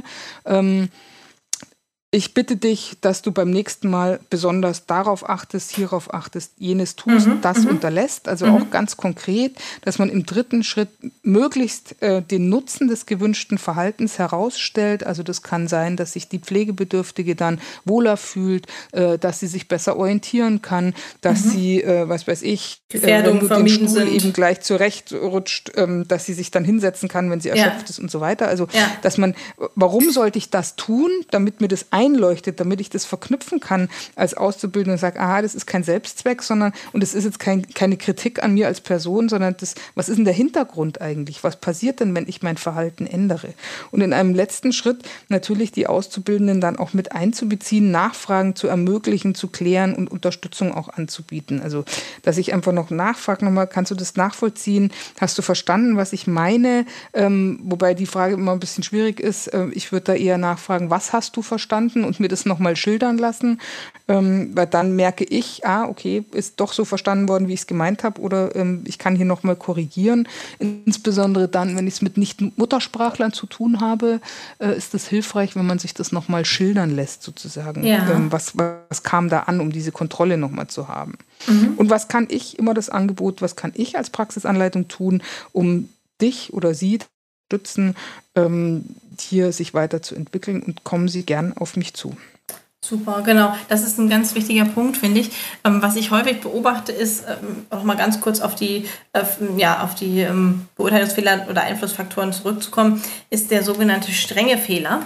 Ich bitte dich, dass du beim nächsten Mal besonders darauf achtest, hierauf achtest, jenes tust, das unterlässt. Also auch ganz konkret, dass man im dritten Schritt möglichst den Nutzen des gewünschten Verhaltens herausstellt. Also das kann sein, dass sich die Pflegebedürftige dann wohler fühlt, dass sie sich besser orientieren kann, dass sie, was weiß ich, wenn du den Stuhl eben gleich zurechtrutscht, dass sie sich dann hinsetzen kann, wenn sie erschöpft ist und so weiter. Also dass man, warum sollte ich das tun, damit mir das einleuchtet, damit ich das verknüpfen kann als Auszubildende und sage, aha, das ist kein Selbstzweck, sondern, und es ist jetzt keine Kritik an mir als Person, sondern was ist denn der Hintergrund eigentlich? Was passiert denn, wenn ich mein Verhalten ändere? Und in einem letzten Schritt natürlich die Auszubildenden dann auch mit einzubeziehen, Nachfragen zu ermöglichen, zu klären und Unterstützung auch anzubieten. Also, dass ich einfach noch nachfrage, nochmal, kannst du das nachvollziehen? Hast du verstanden, was ich meine? Wobei die Frage immer ein bisschen schwierig ist. Ich würde da eher nachfragen, was hast du verstanden? Und mir das nochmal schildern lassen, weil dann merke ich, okay, ist doch so verstanden worden, wie ich es gemeint habe, oder ich kann hier nochmal korrigieren. Insbesondere dann, wenn ich es mit Nicht-Muttersprachlern zu tun habe, ist es hilfreich, wenn man sich das nochmal schildern lässt, sozusagen. Was kam da an, um diese Kontrolle nochmal zu haben? Und was kann ich, immer das Angebot, was kann ich als Praxisanleitung tun, um dich oder sie zu unterstützen, hier sich weiterzuentwickeln, und kommen Sie gern auf mich zu. Super, genau. Das ist ein ganz wichtiger Punkt, finde ich. Was ich häufig beobachte, ist, auch mal ganz kurz auf die Beurteilungsfehler oder Einflussfaktoren zurückzukommen, ist der sogenannte strenge Fehler.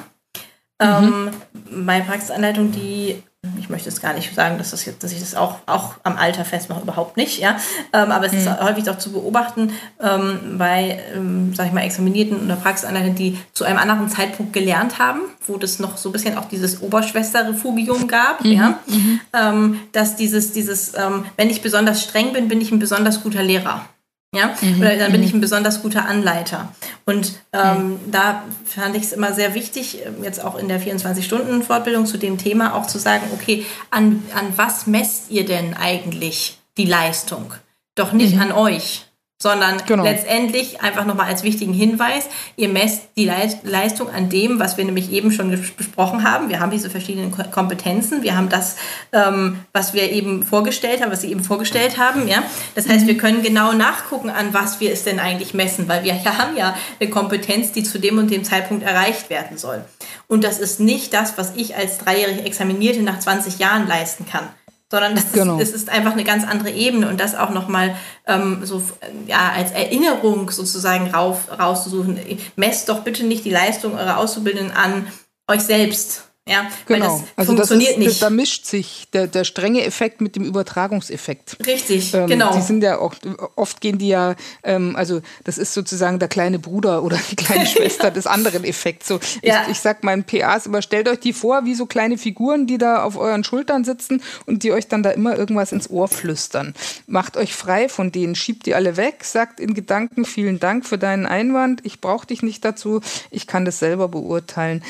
Bei Praxisanleitungen, ich möchte jetzt gar nicht sagen, dass ich das auch am Alter festmache, überhaupt nicht, ja. Aber es ist häufig auch zu beobachten bei, sag ich mal, Examinierten oder Praxisanleitern, die zu einem anderen Zeitpunkt gelernt haben, wo das noch so ein bisschen auch dieses Oberschwesterrefugium gab, dass dieses wenn ich besonders streng bin, bin ich ein besonders guter Lehrer. Ja? Oder dann bin ich ein besonders guter Anleiter. Und da fand ich es immer sehr wichtig, jetzt auch in der 24-Stunden-Fortbildung zu dem Thema auch zu sagen, okay, an was messt ihr denn eigentlich die Leistung? Doch nicht an euch, sondern letztendlich einfach nochmal als wichtigen Hinweis, ihr messt die Leistung an dem, was wir nämlich eben schon besprochen haben. Wir haben diese verschiedenen Kompetenzen, wir haben das, was wir eben vorgestellt haben, was Sie eben vorgestellt haben. Ja? Das heißt, wir können genau nachgucken, an was wir es denn eigentlich messen, weil wir haben ja eine Kompetenz, die zu dem und dem Zeitpunkt erreicht werden soll. Und das ist nicht das, was ich als dreijährige Examinierte nach 20 Jahren leisten kann. sondern Genau. es ist einfach eine ganz andere Ebene und das auch nochmal als Erinnerung sozusagen rauszusuchen. Messt doch bitte nicht die Leistung eurer Auszubildenden an euch selbst. Ja, weil Genau, das also funktioniert nicht. Da mischt sich der strenge Effekt mit dem Übertragungseffekt. Richtig, genau. Die sind ja auch, oft gehen die ja, also das ist sozusagen der kleine Bruder oder die kleine Schwester des anderen Effekts. So, ich sag meinen PAs immer, stellt euch die vor wie so kleine Figuren, die da auf euren Schultern sitzen und die euch dann da immer irgendwas ins Ohr flüstern. Macht euch frei von denen, schiebt die alle weg, sagt in Gedanken, vielen Dank für deinen Einwand, ich brauche dich nicht dazu, ich kann das selber beurteilen.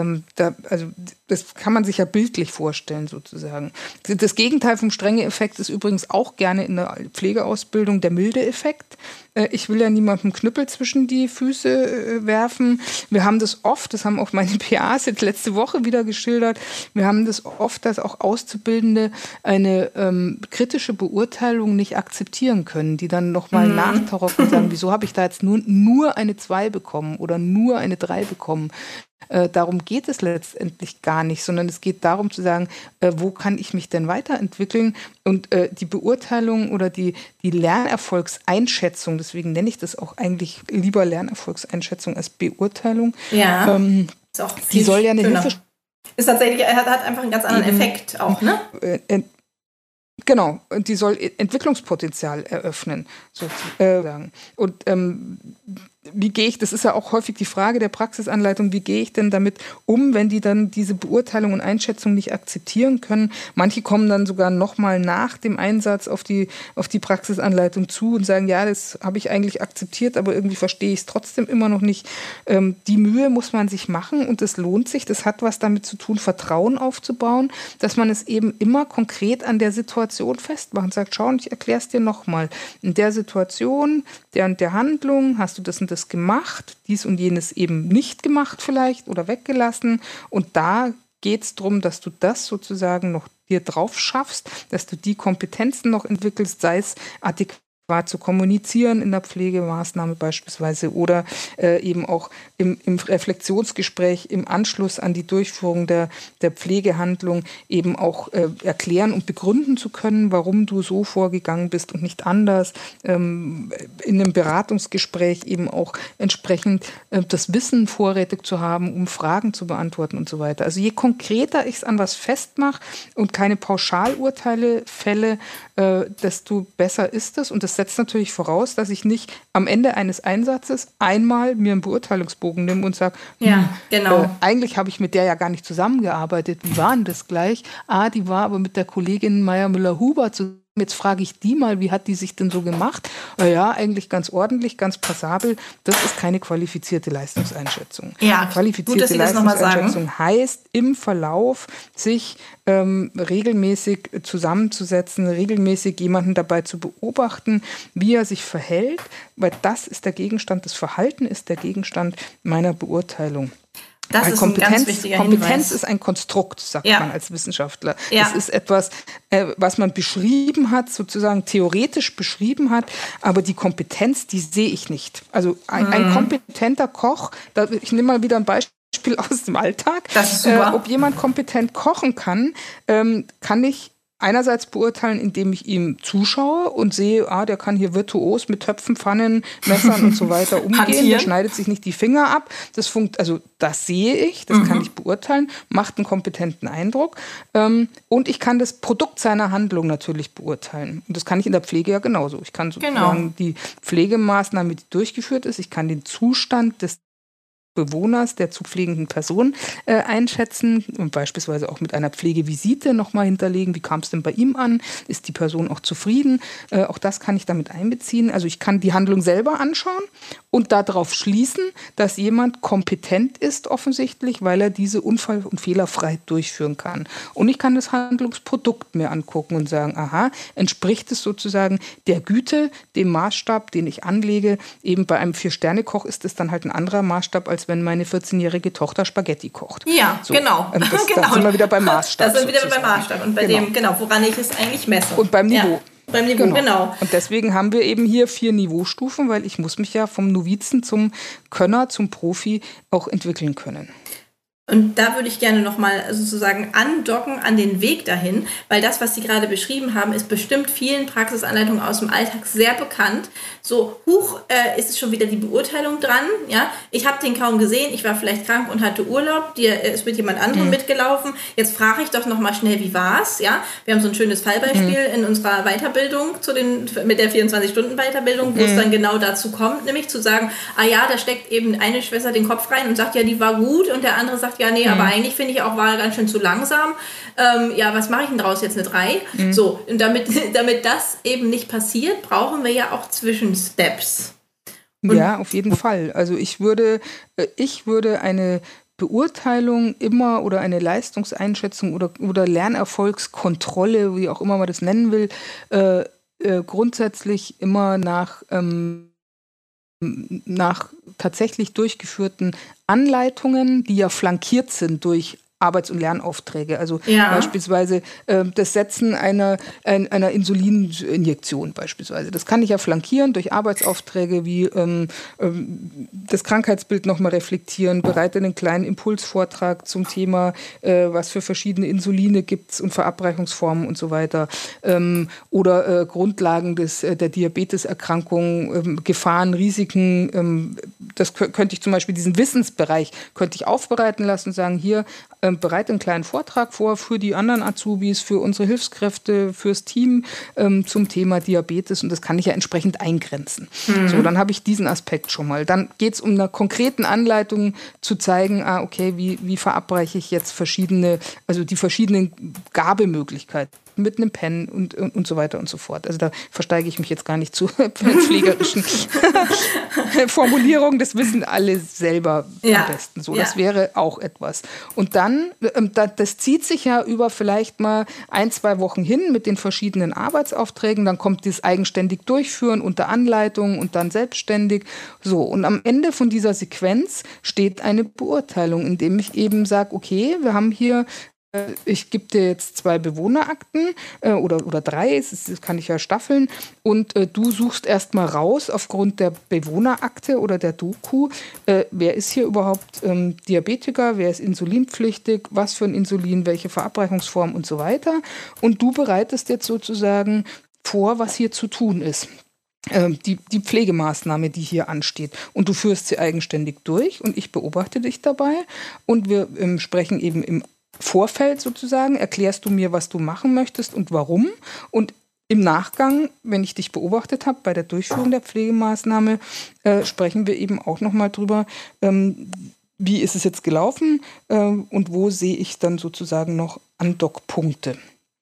Das kann man sich ja bildlich vorstellen sozusagen. Das Gegenteil vom Strenge-Effekt ist übrigens auch gerne in der Pflegeausbildung der milde Effekt. Ich will ja niemandem Knüppel zwischen die Füße werfen. Wir haben das oft, das haben auch meine PAs jetzt letzte Woche wieder geschildert, wir haben das oft, dass auch Auszubildende eine kritische Beurteilung nicht akzeptieren können, die dann nochmal nachtauchen und sagen, wieso habe ich da jetzt nur eine 2 bekommen oder nur eine 3 bekommen? Darum geht es letztendlich gar nicht, sondern es geht darum zu sagen, wo kann ich mich denn weiterentwickeln? Und die Beurteilung oder die Lernerfolgseinschätzung, deswegen nenne ich das auch eigentlich lieber Lernerfolgseinschätzung als Beurteilung, ist auch die soll ja eine Hilfe. Ist tatsächlich, hat einfach einen ganz anderen Effekt auch, ne? Genau, und die soll Entwicklungspotenzial eröffnen, sozusagen. Und wie gehe ich, das ist ja auch häufig die Frage der Praxisanleitung, wie gehe ich denn damit um, wenn die dann diese Beurteilung und Einschätzung nicht akzeptieren können? Manche kommen dann sogar nochmal nach dem Einsatz auf die Praxisanleitung zu und sagen, ja, das habe ich eigentlich akzeptiert, aber irgendwie verstehe ich es trotzdem immer noch nicht. Die Mühe muss man sich machen und es lohnt sich. Das hat was damit zu tun, Vertrauen aufzubauen, dass man es eben immer konkret an der Situation festmacht und sagt, schau, und ich erkläre es dir nochmal. In der Situation, der und der Handlung, hast du das und das gemacht, dies und jenes eben nicht gemacht vielleicht oder weggelassen. Und da geht es darum, dass du das sozusagen noch dir drauf schaffst, dass du die Kompetenzen noch entwickelst, sei es adäquat zu kommunizieren in der Pflegemaßnahme beispielsweise oder eben auch im Reflexionsgespräch im Anschluss an die Durchführung der Pflegehandlung eben auch erklären und begründen zu können, warum du so vorgegangen bist und nicht anders. In einem Beratungsgespräch eben auch entsprechend das Wissen vorrätig zu haben, um Fragen zu beantworten und so weiter. Also je konkreter ich es an was festmache und keine Pauschalurteile fälle, desto besser ist es. Und das setzt natürlich voraus, dass ich nicht am Ende eines Einsatzes einmal mir einen Beurteilungsbogen nehme und sage, eigentlich habe ich mit der ja gar nicht zusammengearbeitet. Wie war denn das gleich? Die war aber mit der Kollegin Meyer-Müller-Huber zusammen. Jetzt frage ich die mal, wie hat die sich denn so gemacht? Ja, eigentlich ganz ordentlich, ganz passabel. Das ist keine qualifizierte Leistungseinschätzung. Ja, qualifizierte Leistungseinschätzung heißt, im Verlauf sich regelmäßig zusammenzusetzen, regelmäßig jemanden dabei zu beobachten, wie er sich verhält, weil das ist der Gegenstand, das Verhalten ist der Gegenstand meiner Beurteilung. Das ist ein ganz wichtiger Kompetenz Hinweis. Ist ein Konstrukt, sagt man als Wissenschaftler. Ja. Es ist etwas, was man beschrieben hat, sozusagen theoretisch beschrieben hat, aber die Kompetenz, die sehe ich nicht. Also ein kompetenter Koch, ich nehme mal wieder ein Beispiel aus dem Alltag. Das ist super. Ob jemand kompetent kochen kann, kann ich einerseits beurteilen, indem ich ihm zuschaue und sehe, der kann hier virtuos mit Töpfen, Pfannen, Messern und so weiter umgehen. Der schneidet sich nicht die Finger ab. Das sehe ich, das kann ich beurteilen, macht einen kompetenten Eindruck. Und ich kann das Produkt seiner Handlung natürlich beurteilen. Und das kann ich in der Pflege ja genauso. Ich kann sozusagen die Pflegemaßnahme, die durchgeführt ist, ich kann den Zustand des Bewohners, der zu pflegenden Person einschätzen und beispielsweise auch mit einer Pflegevisite nochmal hinterlegen. Wie kam es denn bei ihm an? Ist die Person auch zufrieden? Auch das kann ich damit einbeziehen. Also ich kann die Handlung selber anschauen und darauf schließen, dass jemand kompetent ist offensichtlich, weil er diese unfall- und fehlerfrei durchführen kann. Und ich kann das Handlungsprodukt mir angucken und sagen, entspricht es sozusagen der Güte, dem Maßstab, den ich anlege. Eben bei einem 4-Sterne-Koch ist es dann halt ein anderer Maßstab, als wenn meine 14-jährige Tochter Spaghetti kocht. Ja, so. Genau. Da sind wir wieder beim Maßstab. Da sind wir wieder beim Maßstab und bei dem, woran ich es eigentlich messe. Und beim Niveau. Ja. Beim Niveau, genau. Und deswegen haben wir eben hier 4 Niveaustufen, weil ich muss mich ja vom Novizen zum Könner, zum Profi auch entwickeln können. Und da würde ich gerne nochmal sozusagen andocken an den Weg dahin, weil das, was Sie gerade beschrieben haben, ist bestimmt vielen Praxisanleitungen aus dem Alltag sehr bekannt. So, ist es schon wieder die Beurteilung dran, ja? Ich habe den kaum gesehen, ich war vielleicht krank und hatte Urlaub, ist mit jemand anderem mitgelaufen. Jetzt frage ich doch nochmal schnell, wie war's, ja? Wir haben so ein schönes Fallbeispiel in unserer Weiterbildung mit der 24-Stunden-Weiterbildung, wo es dann genau dazu kommt, nämlich zu sagen, da steckt eben eine Schwester den Kopf rein und sagt, ja, die war gut, und der andere sagt, ja, nee, aber eigentlich finde ich auch, war ganz schön zu langsam. Was mache ich denn draus jetzt, eine 3? So, und damit das eben nicht passiert, brauchen wir ja auch Zwischensteps. Ja, auf jeden Fall. Also ich würde eine Beurteilung immer oder eine Leistungseinschätzung oder Lernerfolgskontrolle, wie auch immer man das nennen will, grundsätzlich immer nach tatsächlich durchgeführten Anleitungen, die ja flankiert sind durch Arbeits- und Lernaufträge. Also beispielsweise das Setzen einer Insulininjektion beispielsweise. Das kann ich ja flankieren durch Arbeitsaufträge wie das Krankheitsbild nochmal reflektieren, bereite einen kleinen Impulsvortrag zum Thema, was für verschiedene Insuline gibt es und Verabreichungsformen und so weiter. Oder Grundlagen der Diabeteserkrankung, Gefahren, Risiken. Das könnte ich zum Beispiel, diesen Wissensbereich könnte ich aufbereiten lassen und sagen, hier, bereite einen kleinen Vortrag vor für die anderen Azubis, für unsere Hilfskräfte, fürs Team zum Thema Diabetes, und das kann ich ja entsprechend eingrenzen. So, dann habe ich diesen Aspekt schon mal. Dann geht es um eine konkreten Anleitung zu zeigen, wie verabreiche ich jetzt die verschiedenen Gabemöglichkeiten mit einem Pen und so weiter und so fort. Also da versteige ich mich jetzt gar nicht zu pflegerischen Formulierungen. Das wissen alle selber am besten so. Das wäre auch etwas. Und dann, das zieht sich ja über vielleicht mal 1-2 Wochen hin mit den verschiedenen Arbeitsaufträgen. Dann kommt das eigenständig Durchführen unter Anleitung und dann selbstständig. So, und am Ende von dieser Sequenz steht eine Beurteilung, in dem ich eben sage, okay, wir haben hier, ich gebe dir jetzt 2 Bewohnerakten oder 3, das kann ich ja staffeln, und du suchst erstmal raus aufgrund der Bewohnerakte oder der Doku, wer ist hier überhaupt Diabetiker, wer ist insulinpflichtig, was für ein Insulin, welche Verabreichungsform und so weiter. Und du bereitest jetzt sozusagen vor, was hier zu tun ist. Die Pflegemaßnahme, die hier ansteht. Und du führst sie eigenständig durch und ich beobachte dich dabei und wir sprechen eben im Vorfeld sozusagen, erklärst du mir, was du machen möchtest und warum. Und im Nachgang, wenn ich dich beobachtet habe bei der Durchführung der Pflegemaßnahme, sprechen wir eben auch nochmal drüber, wie ist es jetzt gelaufen und wo sehe ich dann sozusagen noch Andockpunkte.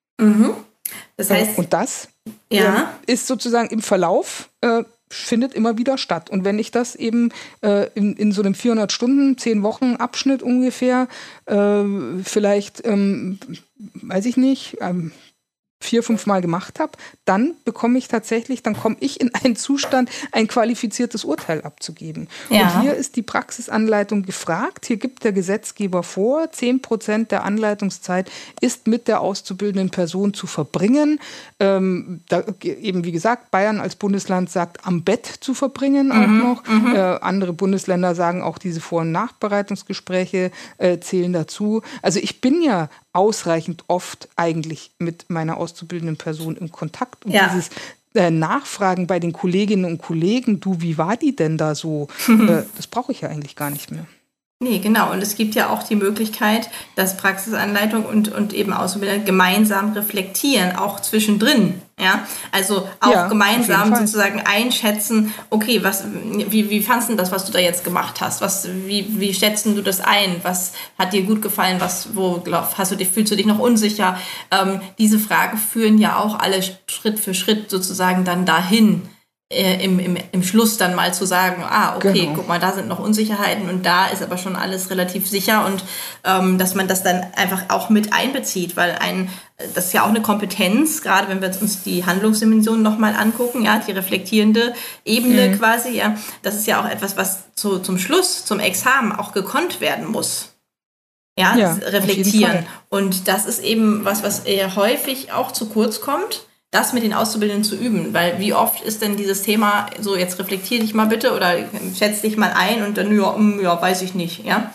Das heißt, und das ist sozusagen im Verlauf, findet immer wieder statt. Und wenn ich das eben in so einem 400 Stunden, 10 Wochen Abschnitt ungefähr, vielleicht, weiß ich nicht, 4-5 Mal gemacht habe, dann komme ich in einen Zustand, ein qualifiziertes Urteil abzugeben. Und hier ist die Praxisanleitung gefragt. Hier gibt der Gesetzgeber vor, 10% der Anleitungszeit ist mit der auszubildenden Person zu verbringen. Eben wie gesagt, Bayern als Bundesland sagt, am Bett zu verbringen auch noch. Andere Bundesländer sagen auch, diese Vor- und Nachbereitungsgespräche zählen dazu. Also ich bin ja ausreichend oft eigentlich mit meiner auszubildenden Person im Kontakt. Und dieses Nachfragen bei den Kolleginnen und Kollegen, wie war die denn da so, das brauche ich ja eigentlich gar nicht mehr. Nee, genau. Und es gibt ja auch die Möglichkeit, dass Praxisanleitung und eben Auszubildende gemeinsam reflektieren, auch zwischendrin. Ja, also auch gemeinsam sozusagen einschätzen, okay, wie fandst du das, was du da jetzt gemacht hast? Wie schätzt du das ein? Was hat dir gut gefallen? Fühlst du dich noch unsicher? Diese Fragen führen ja auch alle Schritt für Schritt sozusagen dann dahin, im Schluss dann mal zu sagen, okay, guck mal, da sind noch Unsicherheiten und da ist aber schon alles relativ sicher, und dass man das dann einfach auch mit einbezieht, weil das ist ja auch eine Kompetenz, gerade wenn wir uns die Handlungsdimension nochmal angucken, die reflektierende Ebene quasi, das ist ja auch etwas, was zum Schluss, zum Examen auch gekonnt werden muss. Reflektieren. Und das ist eben was eher häufig auch zu kurz kommt, das mit den Auszubildenden zu üben, weil wie oft ist denn dieses Thema so, jetzt reflektier dich mal bitte oder schätz dich mal ein und dann, weiß ich nicht,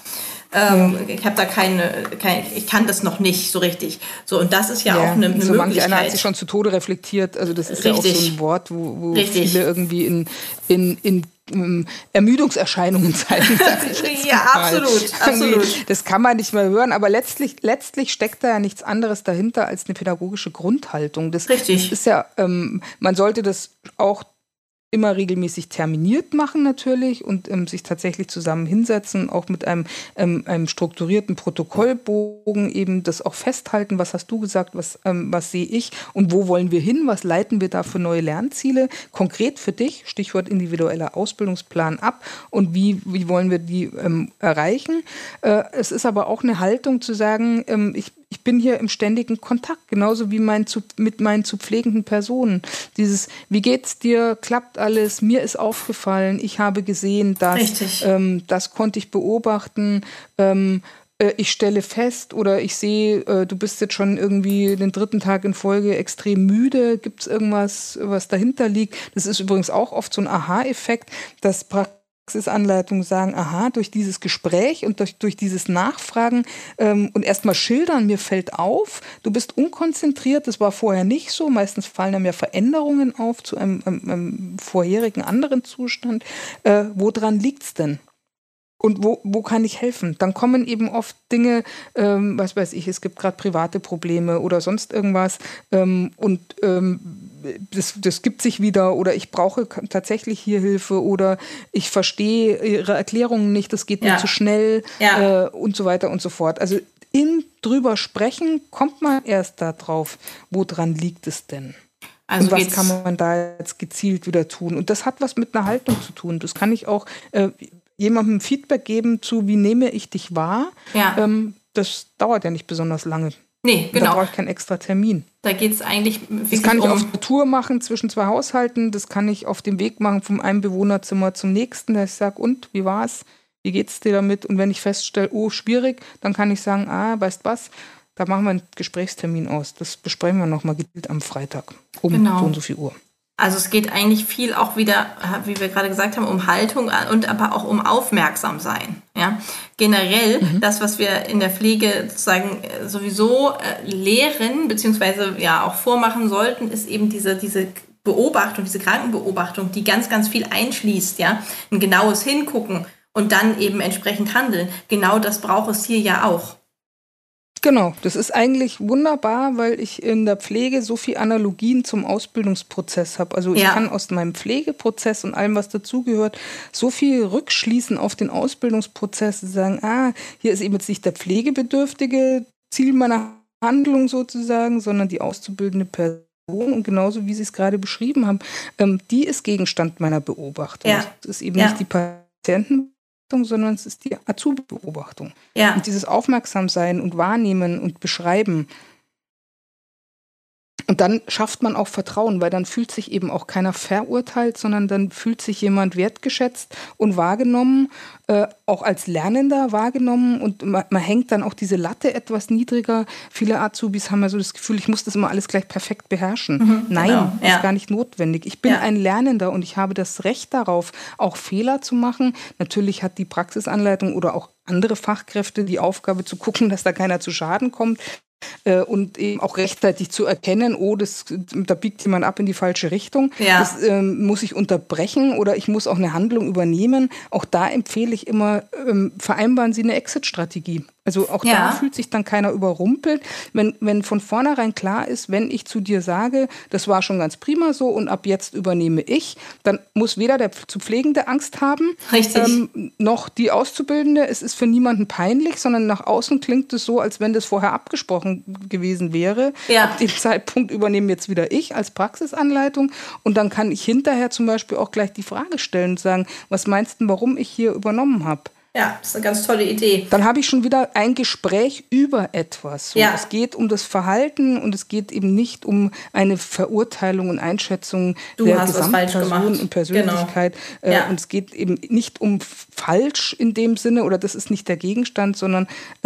Ich habe da ich kann das noch nicht so richtig. So, und das ist ja auch eine so Möglichkeit. Manch einer hat sich schon zu Tode reflektiert. Also das ist ja auch so ein Wort, wo viele irgendwie in Ermüdungserscheinungen zeigen. Ja, absolut. Das kann man nicht mehr hören, aber letztlich steckt da ja nichts anderes dahinter als eine pädagogische Grundhaltung. Das ist ja, man sollte das auch immer regelmäßig terminiert machen natürlich und sich tatsächlich zusammen hinsetzen, auch mit einem strukturierten Protokollbogen eben das auch festhalten, was hast du gesagt, was sehe ich und wo wollen wir hin, was leiten wir da für neue Lernziele, konkret für dich, Stichwort individueller Ausbildungsplan ab und wie wollen wir die erreichen. Es ist aber auch eine Haltung zu sagen, ich bin hier im ständigen Kontakt, genauso wie mit meinen zu pflegenden Personen. Dieses, wie geht's dir, klappt alles, mir ist aufgefallen, ich habe gesehen, das konnte ich beobachten, ich stelle fest oder ich sehe, du bist jetzt schon irgendwie den 3. Tag in Folge extrem müde, gibt es irgendwas, was dahinter liegt? Das ist übrigens auch oft so ein Aha-Effekt, dass Praxisanleitungen sagen, aha, durch dieses Gespräch und durch dieses Nachfragen und erstmal schildern, mir fällt auf, du bist unkonzentriert, das war vorher nicht so, meistens fallen einem ja Veränderungen auf zu einem vorherigen anderen Zustand. Woran liegt's denn? Und wo kann ich helfen? Dann kommen eben oft Dinge, was weiß ich, es gibt gerade private Probleme oder sonst irgendwas das gibt sich wieder oder ich brauche tatsächlich hier Hilfe oder ich verstehe Ihre Erklärungen nicht, das geht mir zu schnell und so weiter und so fort. Also drüber sprechen kommt man erst darauf, woran liegt es denn? Also und was kann man da jetzt gezielt wieder tun? Und das hat was mit einer Haltung zu tun. Das kann ich auch jemandem Feedback geben zu, wie nehme ich dich wahr? Ja. Das dauert ja nicht besonders lange. Nee, genau. Da brauche ich keinen extra Termin. Da geht es eigentlich das kann ich auf der Tour machen zwischen 2 Haushalten. Das kann ich auf dem Weg machen vom einem Bewohnerzimmer zum nächsten. Da ich sage, und, wie war's? Wie geht's dir damit? Und wenn ich feststelle, oh, schwierig, dann kann ich sagen, weißt was, da machen wir einen Gesprächstermin aus. Das besprechen wir nochmal gezielt am Freitag um so und so viel Uhr. Also es geht eigentlich viel auch wieder, wie wir gerade gesagt haben, um Haltung und aber auch um Aufmerksamsein. Ja? Generell das, was wir in der Pflege sozusagen sowieso lehren, beziehungsweise ja auch vormachen sollten, ist eben diese Beobachtung, diese Krankenbeobachtung, die ganz, ganz viel einschließt. Ja? Ein genaues Hingucken und dann eben entsprechend handeln. Genau das braucht es hier ja auch. Genau, das ist eigentlich wunderbar, weil ich in der Pflege so viele Analogien zum Ausbildungsprozess habe. Also ich kann aus meinem Pflegeprozess und allem, was dazugehört, so viel rückschließen auf den Ausbildungsprozess und sagen, hier ist eben jetzt nicht der pflegebedürftige Ziel meiner Handlung sozusagen, sondern die auszubildende Person. Und genauso wie Sie es gerade beschrieben haben, die ist Gegenstand meiner Beobachtung. Ja. Das ist eben nicht die Patienten, sondern es ist die Azubi-Beobachtung. Ja. Und dieses Aufmerksamsein und Wahrnehmen und Beschreiben. Und dann schafft man auch Vertrauen, weil dann fühlt sich eben auch keiner verurteilt, sondern dann fühlt sich jemand wertgeschätzt und wahrgenommen, auch als Lernender wahrgenommen und man hängt dann auch diese Latte etwas niedriger. Viele Azubis haben ja so das Gefühl, ich muss das immer alles gleich perfekt beherrschen. Nein, ist gar nicht notwendig. Ich bin ein Lernender und ich habe das Recht darauf, auch Fehler zu machen. Natürlich hat die Praxisanleitung oder auch andere Fachkräfte die Aufgabe zu gucken, dass da keiner zu Schaden kommt. Und eben auch rechtzeitig zu erkennen, da biegt jemand ab in die falsche Richtung. Ja. Das muss ich unterbrechen oder ich muss auch eine Handlung übernehmen. Auch da empfehle ich immer, vereinbaren Sie eine Exit-Strategie. Also auch da fühlt sich dann keiner überrumpelt. Wenn von vornherein klar ist, wenn ich zu dir sage, das war schon ganz prima so und ab jetzt übernehme ich, dann muss weder der zu Pflegende Angst haben, noch die Auszubildende. Es ist für niemanden peinlich, sondern nach außen klingt es so, als wenn das vorher abgesprochen gewesen wäre. Ja. Ab dem Zeitpunkt übernehme jetzt wieder ich als Praxisanleitung und dann kann ich hinterher zum Beispiel auch gleich die Frage stellen und sagen, was meinst du, warum ich hier übernommen habe? Ja, das ist eine ganz tolle Idee. Dann habe ich schon wieder ein Gespräch über etwas. So, es geht um das Verhalten und es geht eben nicht um eine Verurteilung und Einschätzung der Gesamtperson und Persönlichkeit. Genau. Und es geht eben nicht um falsch in dem Sinne oder das ist nicht der Gegenstand, sondern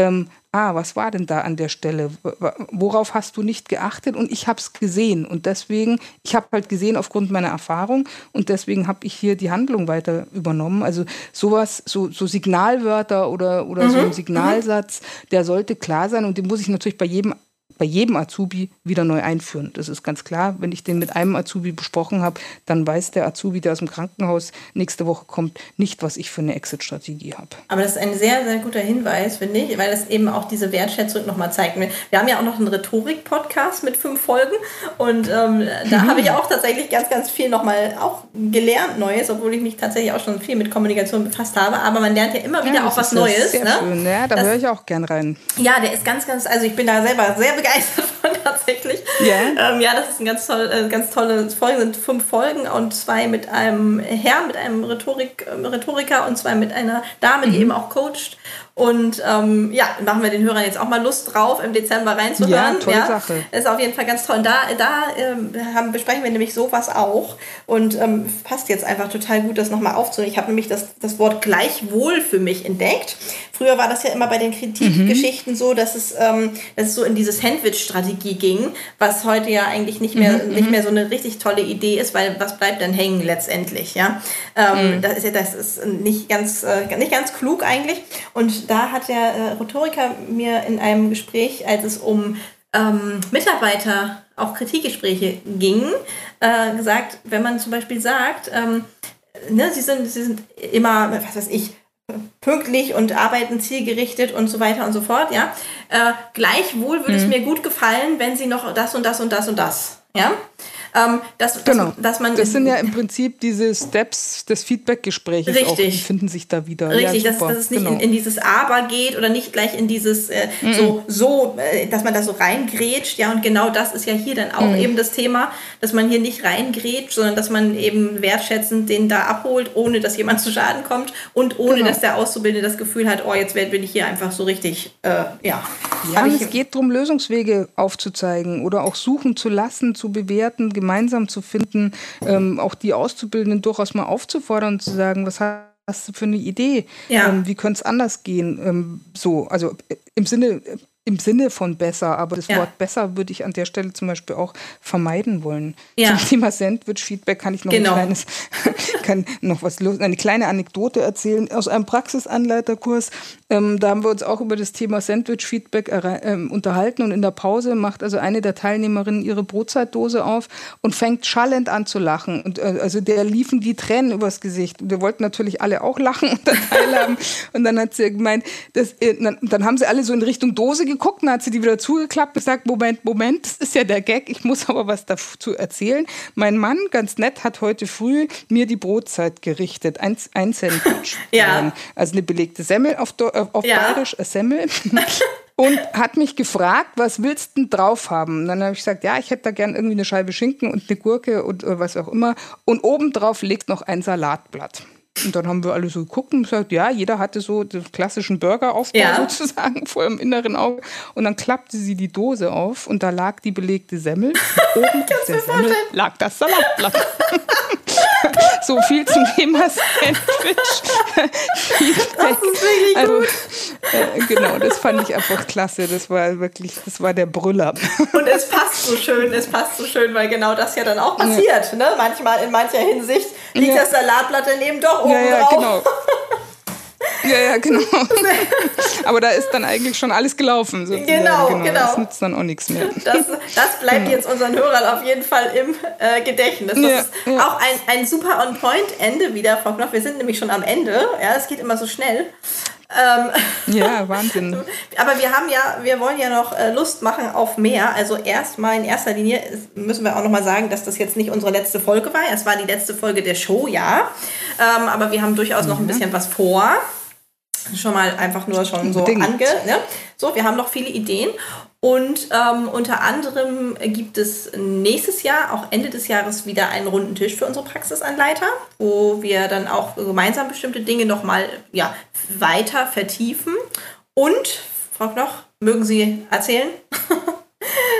was war denn da an der Stelle? Worauf hast du nicht geachtet? Und ich habe es gesehen. Und deswegen, ich habe halt gesehen aufgrund meiner Erfahrung und deswegen habe ich hier die Handlung weiter übernommen. Also sowas, so Signalwörter oder so ein Signalsatz, der sollte klar sein und den muss ich natürlich bei jedem Azubi wieder neu einführen. Das ist ganz klar. Wenn ich den mit einem Azubi besprochen habe, dann weiß der Azubi, der aus dem Krankenhaus nächste Woche kommt, nicht, was ich für eine Exit-Strategie habe. Aber das ist ein sehr, sehr guter Hinweis, finde ich, weil das eben auch diese Wertschätzung nochmal zeigt. Wir haben ja auch noch einen Rhetorik-Podcast mit 5 Folgen und da habe ich auch tatsächlich ganz, ganz viel nochmal auch gelernt Neues, obwohl ich mich tatsächlich auch schon viel mit Kommunikation befasst habe. Aber man lernt ja immer wieder auch was Neues. Sehr schön. Ja, da höre ich auch gern rein. Ja, der ist ganz, ganz, also ich bin da selber sehr begeistert von tatsächlich. Yeah. Ja, das ist ein ganz tolle Folge, sind 5 Folgen und 2 mit einem Herrn, mit einem Rhetoriker und 2 mit einer Dame, die eben auch coacht. Und machen wir den Hörern jetzt auch mal Lust drauf, im Dezember reinzuhören. Ja, tolle Sache. Ist auf jeden Fall ganz toll. Und da besprechen wir nämlich sowas auch. Und passt jetzt einfach total gut, das nochmal aufzunehmen. Ich habe nämlich das Wort Gleichwohl für mich entdeckt. Früher war das ja immer bei den Kritikgeschichten so, dass es so in diese Sandwich-Strategie ging, was heute ja eigentlich nicht mehr so eine richtig tolle Idee ist, weil was bleibt denn hängen letztendlich? Ja? Das ist nicht ganz klug eigentlich. Und da hat der Rhetoriker mir in einem Gespräch, als es um Mitarbeiter, auch Kritikgespräche ging, gesagt, wenn man zum Beispiel sagt, sie sind immer, was weiß ich, pünktlich und arbeiten zielgerichtet und so weiter und so fort, ja. Gleichwohl würde es mir gut gefallen, wenn sie noch das und das und das und das, ja. Das sind ja im Prinzip diese Steps des Feedback-Gesprächs auch, die finden sich da wieder. Richtig, ja, dass es nicht in dieses Aber geht oder nicht gleich in dieses dass man da so reingrätscht. Ja, und genau das ist ja hier dann auch eben das Thema, dass man hier nicht reingrätscht, sondern dass man eben wertschätzend den da abholt, ohne dass jemand zu Schaden kommt und ohne dass der Auszubildende das Gefühl hat, jetzt bin ich hier einfach so richtig, Ja, es geht darum, Lösungswege aufzuzeigen oder auch suchen zu lassen, zu bewerten, gemeinsam zu finden, auch die Auszubildenden durchaus mal aufzufordern und zu sagen, was hast du für eine Idee? Ja. Wie könnte es anders gehen? Also im Sinne von besser, aber das Wort besser würde ich an der Stelle zum Beispiel auch vermeiden wollen. Ja. Zum Thema Sandwich-Feedback kann ich noch eine kleine Anekdote erzählen aus einem Praxisanleiterkurs. Da haben wir uns auch über das Thema Sandwich-Feedback unterhalten und in der Pause macht also eine der Teilnehmerinnen ihre Brotzeitdose auf und fängt schallend an zu lachen. Und also der liefen die Tränen übers Gesicht. Und wir wollten natürlich alle auch lachen und da teilhaben. Und dann hat sie gemeint, dann haben sie alle so in Richtung Dose geguckt, dann hat sie die wieder zugeklappt, gesagt, Moment, das ist ja der Gag, ich muss aber was dazu erzählen. Mein Mann, ganz nett, hat heute früh mir die Brotzeit gerichtet, ein Sandwich. Ja. Also eine belegte Semmel auf Bayerisch, eine Semmel. Und hat mich gefragt, was willst du denn drauf haben? Und dann habe ich gesagt, ja, ich hätte da gern irgendwie eine Scheibe Schinken und eine Gurke und was auch immer. Und obendrauf liegt noch ein Salatblatt. Und dann haben wir alle so geguckt und gesagt, ja, jeder hatte so den klassischen Burgeraufbau sozusagen vor dem inneren Auge. Und dann klappte sie die Dose auf und da lag die belegte Semmel. Und oben auf der Semmel lag das Salatblatt. So viel zum Thema Sandwich. Das ist wirklich gut. Genau, das fand ich einfach klasse. Das war der Brüller. Und es passt so schön, weil genau das ja dann auch passiert. Ne? Manchmal in mancher Hinsicht liegt das Salatblatt daneben doch oben drauf. Genau. Ja, genau. Aber da ist dann eigentlich schon alles gelaufen. Genau. Das nützt dann auch nichts mehr. Das bleibt jetzt unseren Hörern auf jeden Fall im Gedächtnis. Das ist auch ein super On-Point-Ende wieder, Frau Knoch. Wir sind nämlich schon am Ende. Ja, es geht immer so schnell. Ja, Wahnsinn. Aber wir wollen ja noch Lust machen auf mehr. Also erstmal in erster Linie müssen wir auch nochmal sagen, dass das jetzt nicht unsere letzte Folge war. Es war die letzte Folge der Show, ja. Aber wir haben durchaus noch ein bisschen was vor. Schon mal einfach nur schon so So, wir haben noch viele Ideen. Und unter anderem gibt es nächstes Jahr, auch Ende des Jahres, wieder einen runden Tisch für unsere Praxisanleiter, wo wir dann auch gemeinsam bestimmte Dinge nochmal weiter vertiefen. Und, Frau Knoch, mögen Sie erzählen?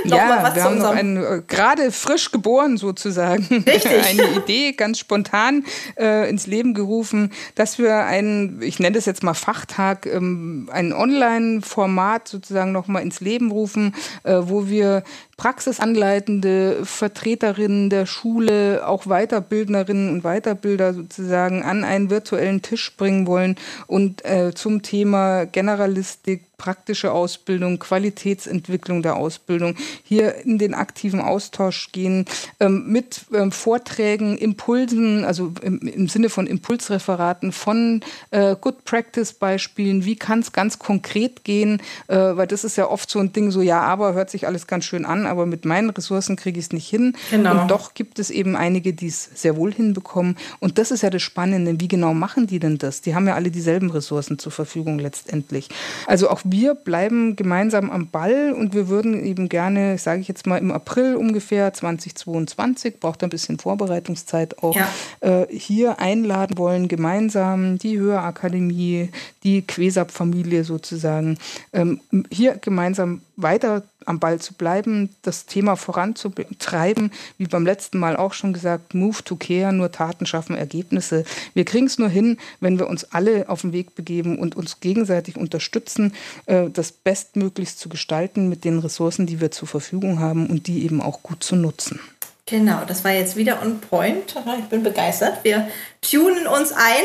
Ja, wir haben noch einen, gerade frisch geboren sozusagen, eine Idee ganz spontan ins Leben gerufen, dass wir ich nenne das jetzt mal Fachtag, ein Online-Format sozusagen nochmal ins Leben rufen, wo wir praxisanleitende Vertreterinnen der Schule, auch Weiterbildnerinnen und Weiterbilder sozusagen an einen virtuellen Tisch bringen wollen und zum Thema Generalistik, praktische Ausbildung, Qualitätsentwicklung der Ausbildung hier in den aktiven Austausch gehen, mit Vorträgen, Impulsen, also im Sinne von Impulsreferaten, von Good Practice Beispielen, wie kann es ganz konkret gehen, weil das ist ja oft so ein Ding, so ja, aber hört sich alles ganz schön an, aber mit meinen Ressourcen kriege ich es nicht hin. Genau. Und doch gibt es eben einige, die es sehr wohl hinbekommen. Und das ist ja das Spannende, wie genau machen die denn das? Die haben ja alle dieselben Ressourcen zur Verfügung letztendlich. Also auch wir bleiben gemeinsam am Ball und wir würden eben gerne, sage ich jetzt mal im April ungefähr 2022, braucht ein bisschen Vorbereitungszeit auch, hier einladen wollen, gemeinsam die Hörakademie, die QESAP-Familie sozusagen, hier gemeinsam weiter am Ball zu bleiben, das Thema voranzutreiben, wie beim letzten Mal auch schon gesagt, Move to Care, nur Taten schaffen Ergebnisse. Wir kriegen es nur hin, wenn wir uns alle auf den Weg begeben und uns gegenseitig unterstützen, das bestmöglichst zu gestalten mit den Ressourcen, die wir zur Verfügung haben und die eben auch gut zu nutzen. Genau, das war jetzt wieder on point. Ich bin begeistert. Wir tunen uns ein.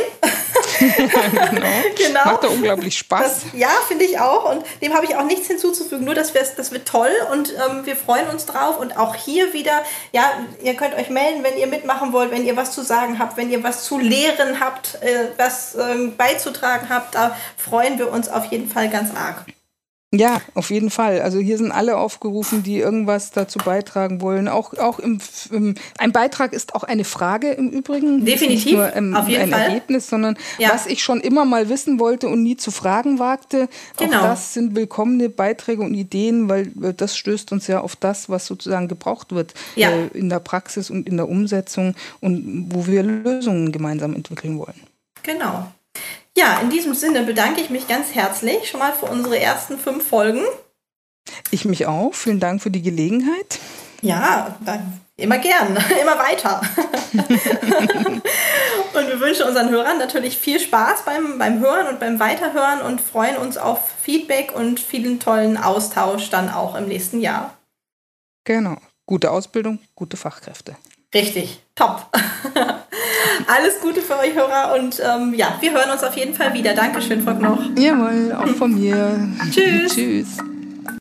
Genau. Macht doch unglaublich Spaß. Ja, finde ich auch. Und dem habe ich auch nichts hinzuzufügen. Nur, das wird toll und wir freuen uns drauf. Und auch hier wieder, ja, ihr könnt euch melden, wenn ihr mitmachen wollt, wenn ihr was zu sagen habt, wenn ihr was zu lehren habt, was beizutragen habt. Da freuen wir uns auf jeden Fall ganz arg. Ja, auf jeden Fall. Also hier sind alle aufgerufen, die irgendwas dazu beitragen wollen. Auch ein Beitrag ist auch eine Frage im Übrigen. Definitiv, nicht nur auf jeden ein Fall. Ergebnis, sondern was ich schon immer mal wissen wollte und nie zu fragen wagte. Genau. Auch das sind willkommene Beiträge und Ideen, weil das stößt uns ja auf das, was sozusagen gebraucht wird in der Praxis und in der Umsetzung und wo wir Lösungen gemeinsam entwickeln wollen. Genau. Ja, in diesem Sinne bedanke ich mich ganz herzlich schon mal für unsere ersten 5 Folgen. Ich mich auch. Vielen Dank für die Gelegenheit. Ja, dann immer gern, immer weiter. Und wir wünschen unseren Hörern natürlich viel Spaß beim Hören und beim Weiterhören und freuen uns auf Feedback und vielen tollen Austausch dann auch im nächsten Jahr. Genau. Gute Ausbildung, gute Fachkräfte. Richtig, top. Alles Gute für euch Hörer und wir hören uns auf jeden Fall wieder. Dankeschön, Frau Knoch. Jawohl, auch von mir. Tschüss. Tschüss.